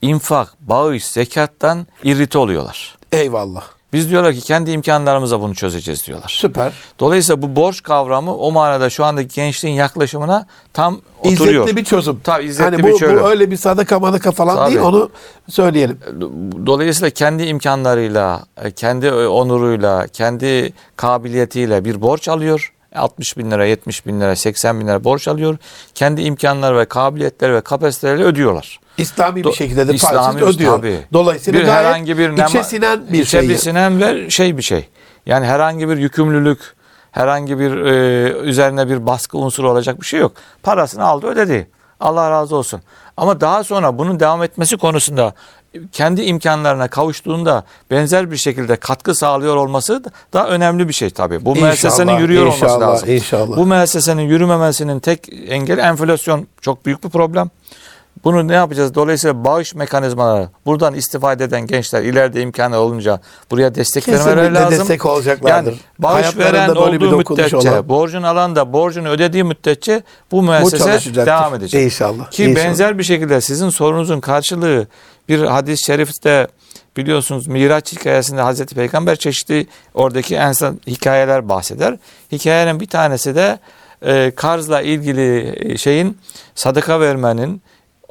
B: infak, bağış, zekattan irrite oluyorlar.
A: Eyvallah.
B: Biz diyorlar ki kendi imkanlarımızla bunu çözeceğiz diyorlar.
A: Süper.
B: Dolayısıyla bu borç kavramı o manada şu andaki gençliğin yaklaşımına tam oturuyor.
A: İzzetli bir çözüm.
B: Tabii izzetli
A: hani
B: bir
A: bu
B: çözüm.
A: öyle bir sadaka madaka falan
B: Tabii.
A: değil, onu söyleyelim.
B: Dolayısıyla kendi imkanlarıyla, kendi onuruyla, kendi kabiliyetiyle bir borç alıyor. 60 bin lira, 70 bin lira, 80 bin lira borç alıyor. Kendi imkanları ve kabiliyetleri ve kapasiteleriyle ödüyorlar.
A: İslami bir şekilde de
B: İslami,
A: parasız ödüyor.
B: tabii.
A: Dolayısıyla
B: bir
A: gayet
B: herhangi bir
A: içe sinen bir
B: içe
A: şey.
B: sinen ve bir şey. Yani herhangi bir yükümlülük, herhangi bir üzerine bir baskı unsuru olacak bir şey yok. Parasını aldı, ödedi. Allah razı olsun. Ama daha sonra bunun devam etmesi konusunda kendi imkanlarına kavuştuğunda benzer bir şekilde katkı sağlıyor olması da önemli bir şey tabii. Bu müessesenin yürüyor olması lazım.
A: İnşallah.
B: Bu müessesenin yürümemesinin tek engeli enflasyon. Çok büyük bir problem. Bunu ne yapacağız? Dolayısıyla bağış mekanizmaları, buradan istifade eden gençler ileride imkanı olunca buraya destek vermeleri
A: Kesinlikle
B: lazım.
A: destek olacaklardır.
B: Yani bağış
A: Hayatlarında
B: veren
A: böyle bir
B: olduğu
A: dokunuş
B: müddetçe,
A: olan.
B: borcun alan da borcunu ödediği müddetçe bu
A: Bu
B: müessese
A: çalışacaktır.
B: devam edecek.
A: İnşallah.
B: Ki
A: İnşallah.
B: benzer bir şekilde sizin sorunuzun karşılığı bir hadis-i şerifte biliyorsunuz Miraç hikayesinde Hazreti Peygamber çeşitli oradaki enteresan hikayeler bahseder. Hikayenin bir tanesi de karzla ilgili şeyin sadaka vermenin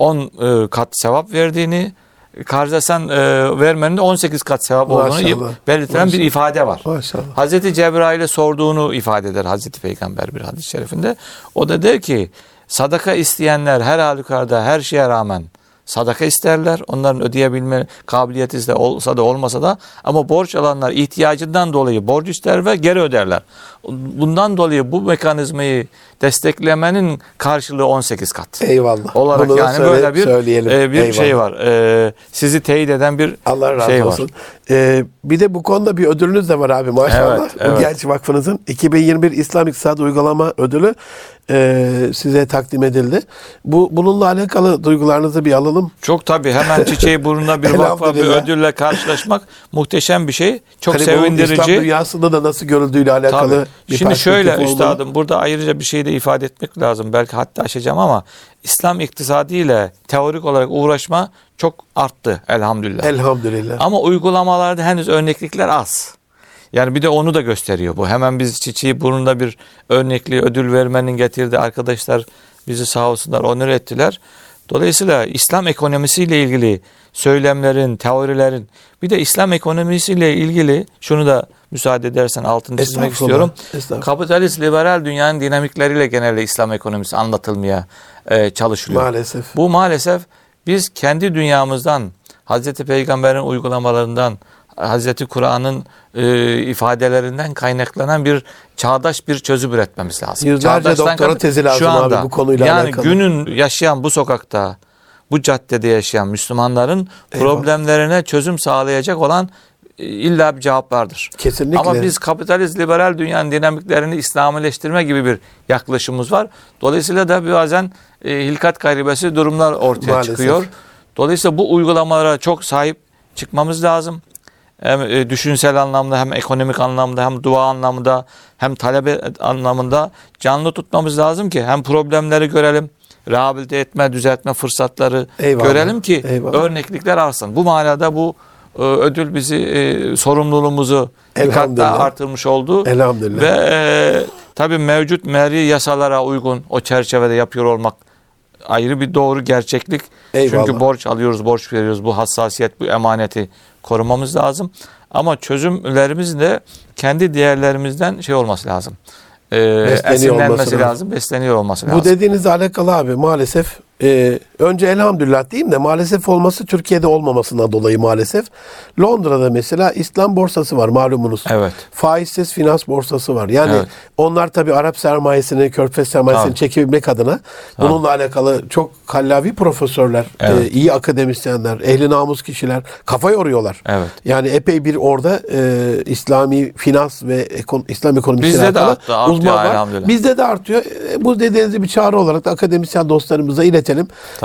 B: 10 kat sevap verdiğini, karza sen vermenin de 18 kat sevap
A: Maşallah.
B: olduğunu belirten bir ifade var.
A: Maşallah.
B: Hazreti Cebrail'e sorduğunu ifade eder Hazreti Peygamber bir hadis-i şerifinde. O da der ki sadaka isteyenler her halükarda her şeye rağmen sadaka isterler. Onların ödeyebilme kabiliyeti de olsa da olmasa da, ama borç alanlar ihtiyacından dolayı borç ister ve geri öderler. Bundan dolayı bu mekanizmayı desteklemenin karşılığı 18 kat.
A: Eyvallah.
B: Olarak
A: Bunu da
B: yani böyle bir
A: söyleyelim.
B: bir şey
A: Eyvallah.
B: var. Sizi teyit eden bir
A: Allah razı
B: şey
A: olsun.
B: var.
A: Bir de bu konuda bir ödülünüz de var abi maşallah.
B: Evet,
A: Bu
B: evet.
A: Genç Vakfınızın 2021 İslam İktisadi Uygulama Ödülü size takdim edildi. Bununla alakalı duygularınızı bir alalım.
B: Çok tabii, hemen çiçeği burnuna bir vakfa bir
A: Elhamdülillah.
B: ödülle karşılaşmak muhteşem bir şey. Çok
A: Hani bu İslam
B: sevindirici.
A: dünyasında da nasıl görüldüğüyle alakalı
B: Tabii.
A: bir
B: Şimdi şöyle
A: perspektif olmalı.
B: üstadım, burada ayrıca bir şey de ifade etmek lazım. Belki hatta aşacağım ama İslam iktisadi ile teorik olarak uğraşma çok arttı elhamdülillah.
A: Elhamdülillah.
B: Ama uygulamalarda henüz örneklikler az. Yani bir de onu da gösteriyor bu. Hemen biz çiçeği burnunda bir örnekli ödül vermenin getirdiği arkadaşlar bizi sağ olsunlar onur ettiler. Dolayısıyla İslam ekonomisiyle ilgili söylemlerin, teorilerin, bir de İslam ekonomisiyle ilgili şunu da müsaade edersen altını çizmek istiyorum. Kapitalist liberal dünyanın dinamikleriyle genelde İslam ekonomisi anlatılmaya çalışılıyor.
A: Maalesef.
B: Bu maalesef biz kendi dünyamızdan, Hazreti Peygamber'in uygulamalarından, Hazreti Kur'an'ın ifadelerinden kaynaklanan bir çağdaş bir çözüm üretmemiz lazım.
A: Yüzlerce
B: Çağdaştan
A: doktora tezi lazım
B: şu anda,
A: abi bu konuyla
B: yani
A: alakalı.
B: günün yaşayan bu sokakta, bu caddede yaşayan Müslümanların problemlerine çözüm sağlayacak olan illa bir cevap vardır.
A: Kesinlikle.
B: Ama biz kapitalist liberal dünyanın dinamiklerini İslamileştirme gibi bir yaklaşımımız var. Dolayısıyla da bazen hilkat garibesi durumlar ortaya
A: Maalesef.
B: çıkıyor. Dolayısıyla bu uygulamalara çok sahip çıkmamız lazım. Hem düşünsel anlamda, hem ekonomik anlamda, hem dua anlamında, hem talebe anlamında canlı tutmamız lazım ki hem problemleri görelim, rehabilite etme, düzeltme fırsatları görelim ki örneklikler artsın. Bu manada bu ödül bizi sorumluluğumuzu bir kat daha artırmış oldu.
A: Elhamdülillah.
B: Ve tabii mevcut mali yasalara uygun o çerçevede yapıyor olmak ayrı bir doğru gerçeklik.
A: Eyvallah.
B: Çünkü borç alıyoruz, borç veriyoruz. Bu hassasiyet, bu emaneti korumamız lazım. Ama çözümlerimiz de kendi değerlerimizden şey olması lazım. Esinlenmesi lazım, besleniyor olması lazım.
A: Bu dediğinizle alakalı abi maalesef önce elhamdülillah diyeyim de maalesef olması Türkiye'de olmamasından dolayı maalesef. Londra'da mesela İslam borsası var malumunuz.
B: Evet.
A: Faizsiz finans borsası var. Yani
B: evet.
A: onlar tabii Arap sermayesini, Körfez sermayesini çekebilmek adına bununla alakalı çok kallavi profesörler, iyi akademisyenler, ehli namus kişiler kafa yoruyorlar.
B: Evet.
A: Yani epey bir orada İslami finans ve İslam ekonomisiyle alakalı uzman var. Bizde de artıyor. Bu dediğinizi bir çağrı olarak da akademisyen dostlarımıza iletelim.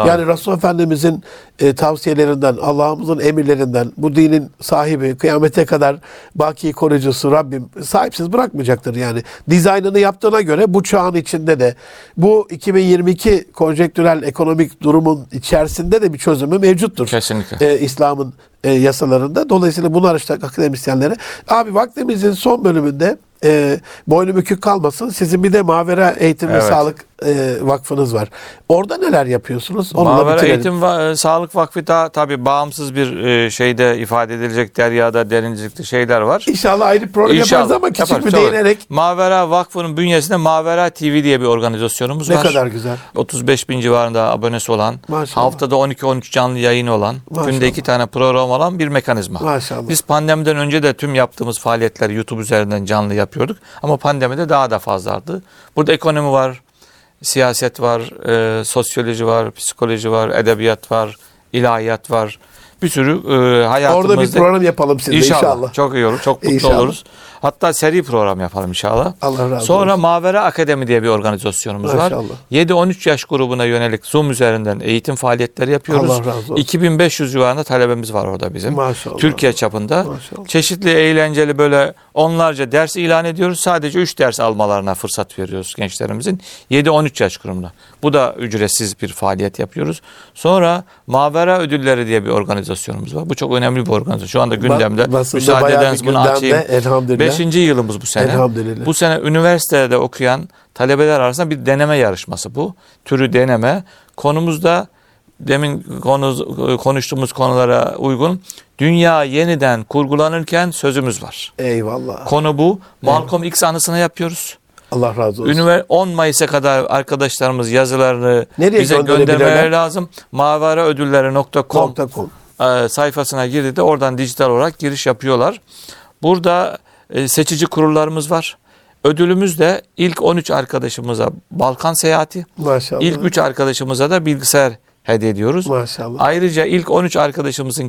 A: Yani Resulullah Efendimizin tavsiyelerinden, Allah'ımızın emirlerinden, bu dinin sahibi, kıyamete kadar baki koruyucusu Rabbim sahipsiz bırakmayacaktır yani. Dizaynını yaptığına göre bu çağın içinde de, bu 2022 konjektürel ekonomik durumun içerisinde de bir çözümü mevcuttur.
B: Kesinlikle.
A: İslam'ın yasalarında. Dolayısıyla bunu araştıran akademisyenlere. Abi vaktimizin son bölümünde boynu bükük kalmasın. Sizin bir de Mavera Eğitim ve Sağlık Vakfınız var. Orada neler yapıyorsunuz? Onunla
B: Mavera
A: bitirelim.
B: Eğitim Sağlık Vakfı da tabii bağımsız bir şeyde ifade edilecek deryada derinlikli şeyler var.
A: İnşallah ayrı program yaparız ama küçük bir değinerek.
B: Mavera Vakfı'nın bünyesinde Mavera TV diye bir organizasyonumuz var.
A: Ne kadar güzel.
B: 35 bin civarında abonesi olan,
A: Maşallah.
B: haftada 12-13 canlı yayın olan,
A: Maşallah.
B: günde 2 tane program olan bir mekanizma.
A: Maşallah.
B: Biz pandemiden önce de tüm yaptığımız faaliyetleri YouTube üzerinden canlı yapıyorduk. Ama pandemide daha da fazlaydı. Burada ekonomi var, siyaset var, sosyoloji var, psikoloji var, edebiyat var, ilahiyat var. Bir sürü hayatımızda.
A: Orada bir program yapalım sizinle inşallah.
B: Çok iyi olur, çok mutlu
A: İnşallah.
B: oluruz. Hatta seri program yapalım inşallah.
A: Allah razı olsun.
B: Sonra Mavera Akademi diye bir organizasyonumuz var.
A: Maşallah.
B: 7-13 yaş grubuna yönelik Zoom üzerinden eğitim faaliyetleri yapıyoruz.
A: Allah razı olsun.
B: 2500 civarında talebemiz var orada bizim.
A: Maşallah.
B: Türkiye çapında.
A: Maşallah.
B: Çeşitli eğlenceli böyle onlarca ders ilan ediyoruz. Sadece 3 ders almalarına fırsat veriyoruz gençlerimizin. 7-13 yaş grubunda. Bu da ücretsiz bir faaliyet yapıyoruz. Sonra Mavera Ödülleri diye bir organizasyonumuz var. Bu çok önemli bir organizasyon. Şu anda gündemde.
A: Basında
B: Müsaade
A: bayağı bir
B: ederseniz bunu
A: gündemde,
B: açayım.
A: elhamdülillah.
B: 5. yılımız bu sene.
A: Elhamdülillah.
B: Bu sene üniversitede okuyan talebeler arasında bir deneme yarışması bu. Türü deneme. Konumuz da demin konuştuğumuz konulara uygun. Dünya yeniden kurgulanırken sözümüz var.
A: Eyvallah.
B: Konu bu. Malcolm X anısına yapıyoruz.
A: Allah razı olsun.
B: 10 Mayıs'a kadar arkadaşlarımız yazılarını
A: Nereye
B: bize
A: gönderebilirler?
B: göndermeleri lazım. maveraödülleri.com
A: .com.
B: sayfasına girdi de oradan dijital olarak giriş yapıyorlar. Burada seçici kurullarımız var. Ödülümüz de ilk 13 arkadaşımıza Balkan seyahati,
A: Maşallah.
B: ilk 3 arkadaşımıza da bilgisayar hediye ediyoruz.
A: Maşallah.
B: Ayrıca ilk 13 arkadaşımızın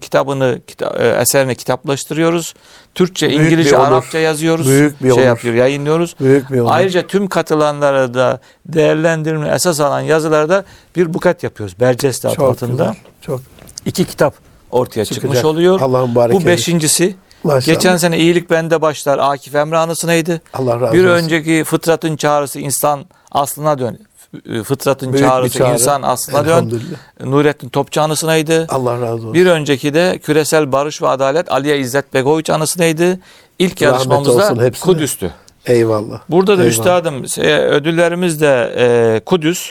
B: eserini kitaplaştırıyoruz. Türkçe,
A: Büyük
B: İngilizce,
A: bir onur.
B: Arapça yazıyoruz.
A: Büyük bir onur.
B: Yayınlıyoruz.
A: Büyük bir onur.
B: Ayrıca tüm katılanlara da değerlendirme esas alan yazılarda bir buket yapıyoruz. Berceste
A: Çok
B: altında.
A: güzel. Çok
B: 2 kitap ortaya çıkmış
A: Çıkacak.
B: oluyor.
A: Allah'ın mübarek
B: Bu
A: eylesin.
B: 5.'si.
A: Maşallah.
B: Geçen sene İyilik Bende Başlar Akif Emre anısınaydı.
A: Allah razı
B: Bir
A: olsun.
B: önceki Fıtratın Çağrısı İnsan Aslına Dön. Fıtratın
A: Büyük bir
B: Çağrısı
A: çağrı.
B: İnsan Aslına Dön.
A: Elhamdülillah.
B: Nurettin Topçu anısınaydı.
A: Allah razı olsun.
B: Bir önceki de Küresel Barış ve Adalet Aliye İzzet Begoviç anısınaydı. İlk
A: Rahmet olsun
B: yarışmamızda
A: hepsine.
B: Kudüs'tü.
A: Eyvallah.
B: Burada da
A: Eyvallah.
B: üstadım ödüllerimiz de Kudüs,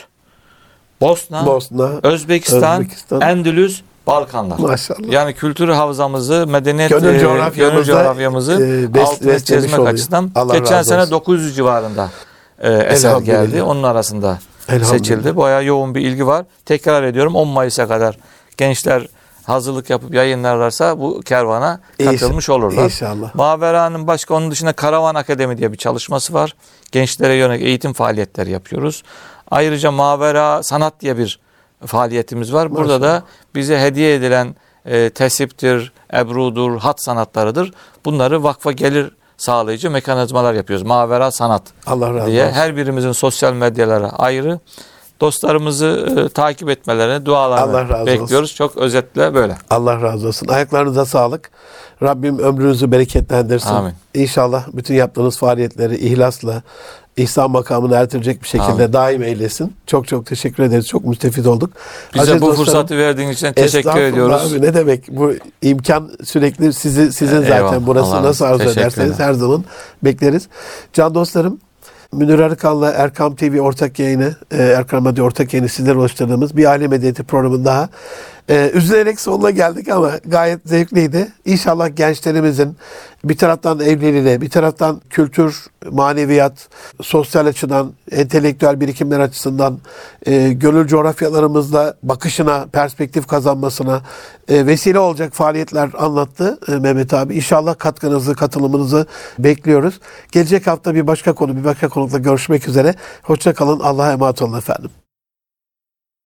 B: Bosna, Özbekistan, Endülüs, Balkanlar.
A: Maşallah.
B: Yani kültür havzamızı, medeniyet
A: Gönül
B: gönül coğrafyamızı altını
A: beslemiş
B: çizmek
A: oluyor.
B: açısından
A: Allah
B: geçen
A: razı
B: sene
A: olsun.
B: 900 civarında eser
A: Elhamdülillah.
B: geldi. Onun arasında
A: Elhamdülillah.
B: seçildi. Bayağı yoğun bir ilgi var. Tekrar ediyorum 10 Mayıs'a kadar gençler hazırlık yapıp yayınlarlarsa bu kervana katılmış olurlar.
A: İnşallah.
B: Mavera'nın başka onun dışında Karavan Akademi diye bir çalışması var. Gençlere yönelik eğitim faaliyetleri yapıyoruz. Ayrıca Mavera Sanat diye bir faaliyetimiz var. Burada da bize hediye edilen tesiptir, ebrudur, hat sanatlarıdır. Bunları vakfa gelir sağlayıcı mekanizmalar yapıyoruz. Mavera Sanat
A: Allah razı
B: diye.
A: olsun.
B: Her birimizin sosyal medyalara ayrı. Dostlarımızı takip etmelerini,
A: Allah
B: dualarını
A: razı
B: bekliyoruz. Çok özetle böyle.
A: Allah razı olsun. Ayaklarınıza sağlık. Rabbim ömrünüzü bereketlendirsin.
B: Amin.
A: İnşallah bütün yaptığınız faaliyetleri ihlasla, ihsan makamını ertirecek bir şekilde
B: Amin.
A: daim eylesin. Çok çok teşekkür ederiz. Çok müstefid olduk.
B: Bize
A: Aziz
B: bu
A: dostlarım,
B: fırsatı verdiğiniz için teşekkür
A: estağfurullah
B: ediyoruz.
A: Abi, ne demek? Bu imkan sürekli sizin zaten.
B: Eyvallah.
A: Burası
B: Allah'ım,
A: nasıl arzu
B: teşekkür
A: ederseniz
B: ederim.
A: her zaman bekleriz. Can dostlarım, Münir Arıkan'la Erkam TV ortak yayını, Erkam Radyo ortak yayını sizlere ulaştırdığımız bir aile medeniyeti programı daha. Üzülerek sonuna geldik ama gayet zevkliydi. İnşallah gençlerimizin bir taraftan evliliğine, bir taraftan kültür, maneviyat, sosyal açıdan, entelektüel birikimler açısından gönül coğrafyalarımızla bakışına, perspektif kazanmasına vesile olacak faaliyetler anlattı Mehmet abi. İnşallah katkınızı, katılımınızı bekliyoruz. Gelecek hafta bir başka konu, bir başka konukla görüşmek üzere. Hoşça kalın. Allah'a emanet olun efendim.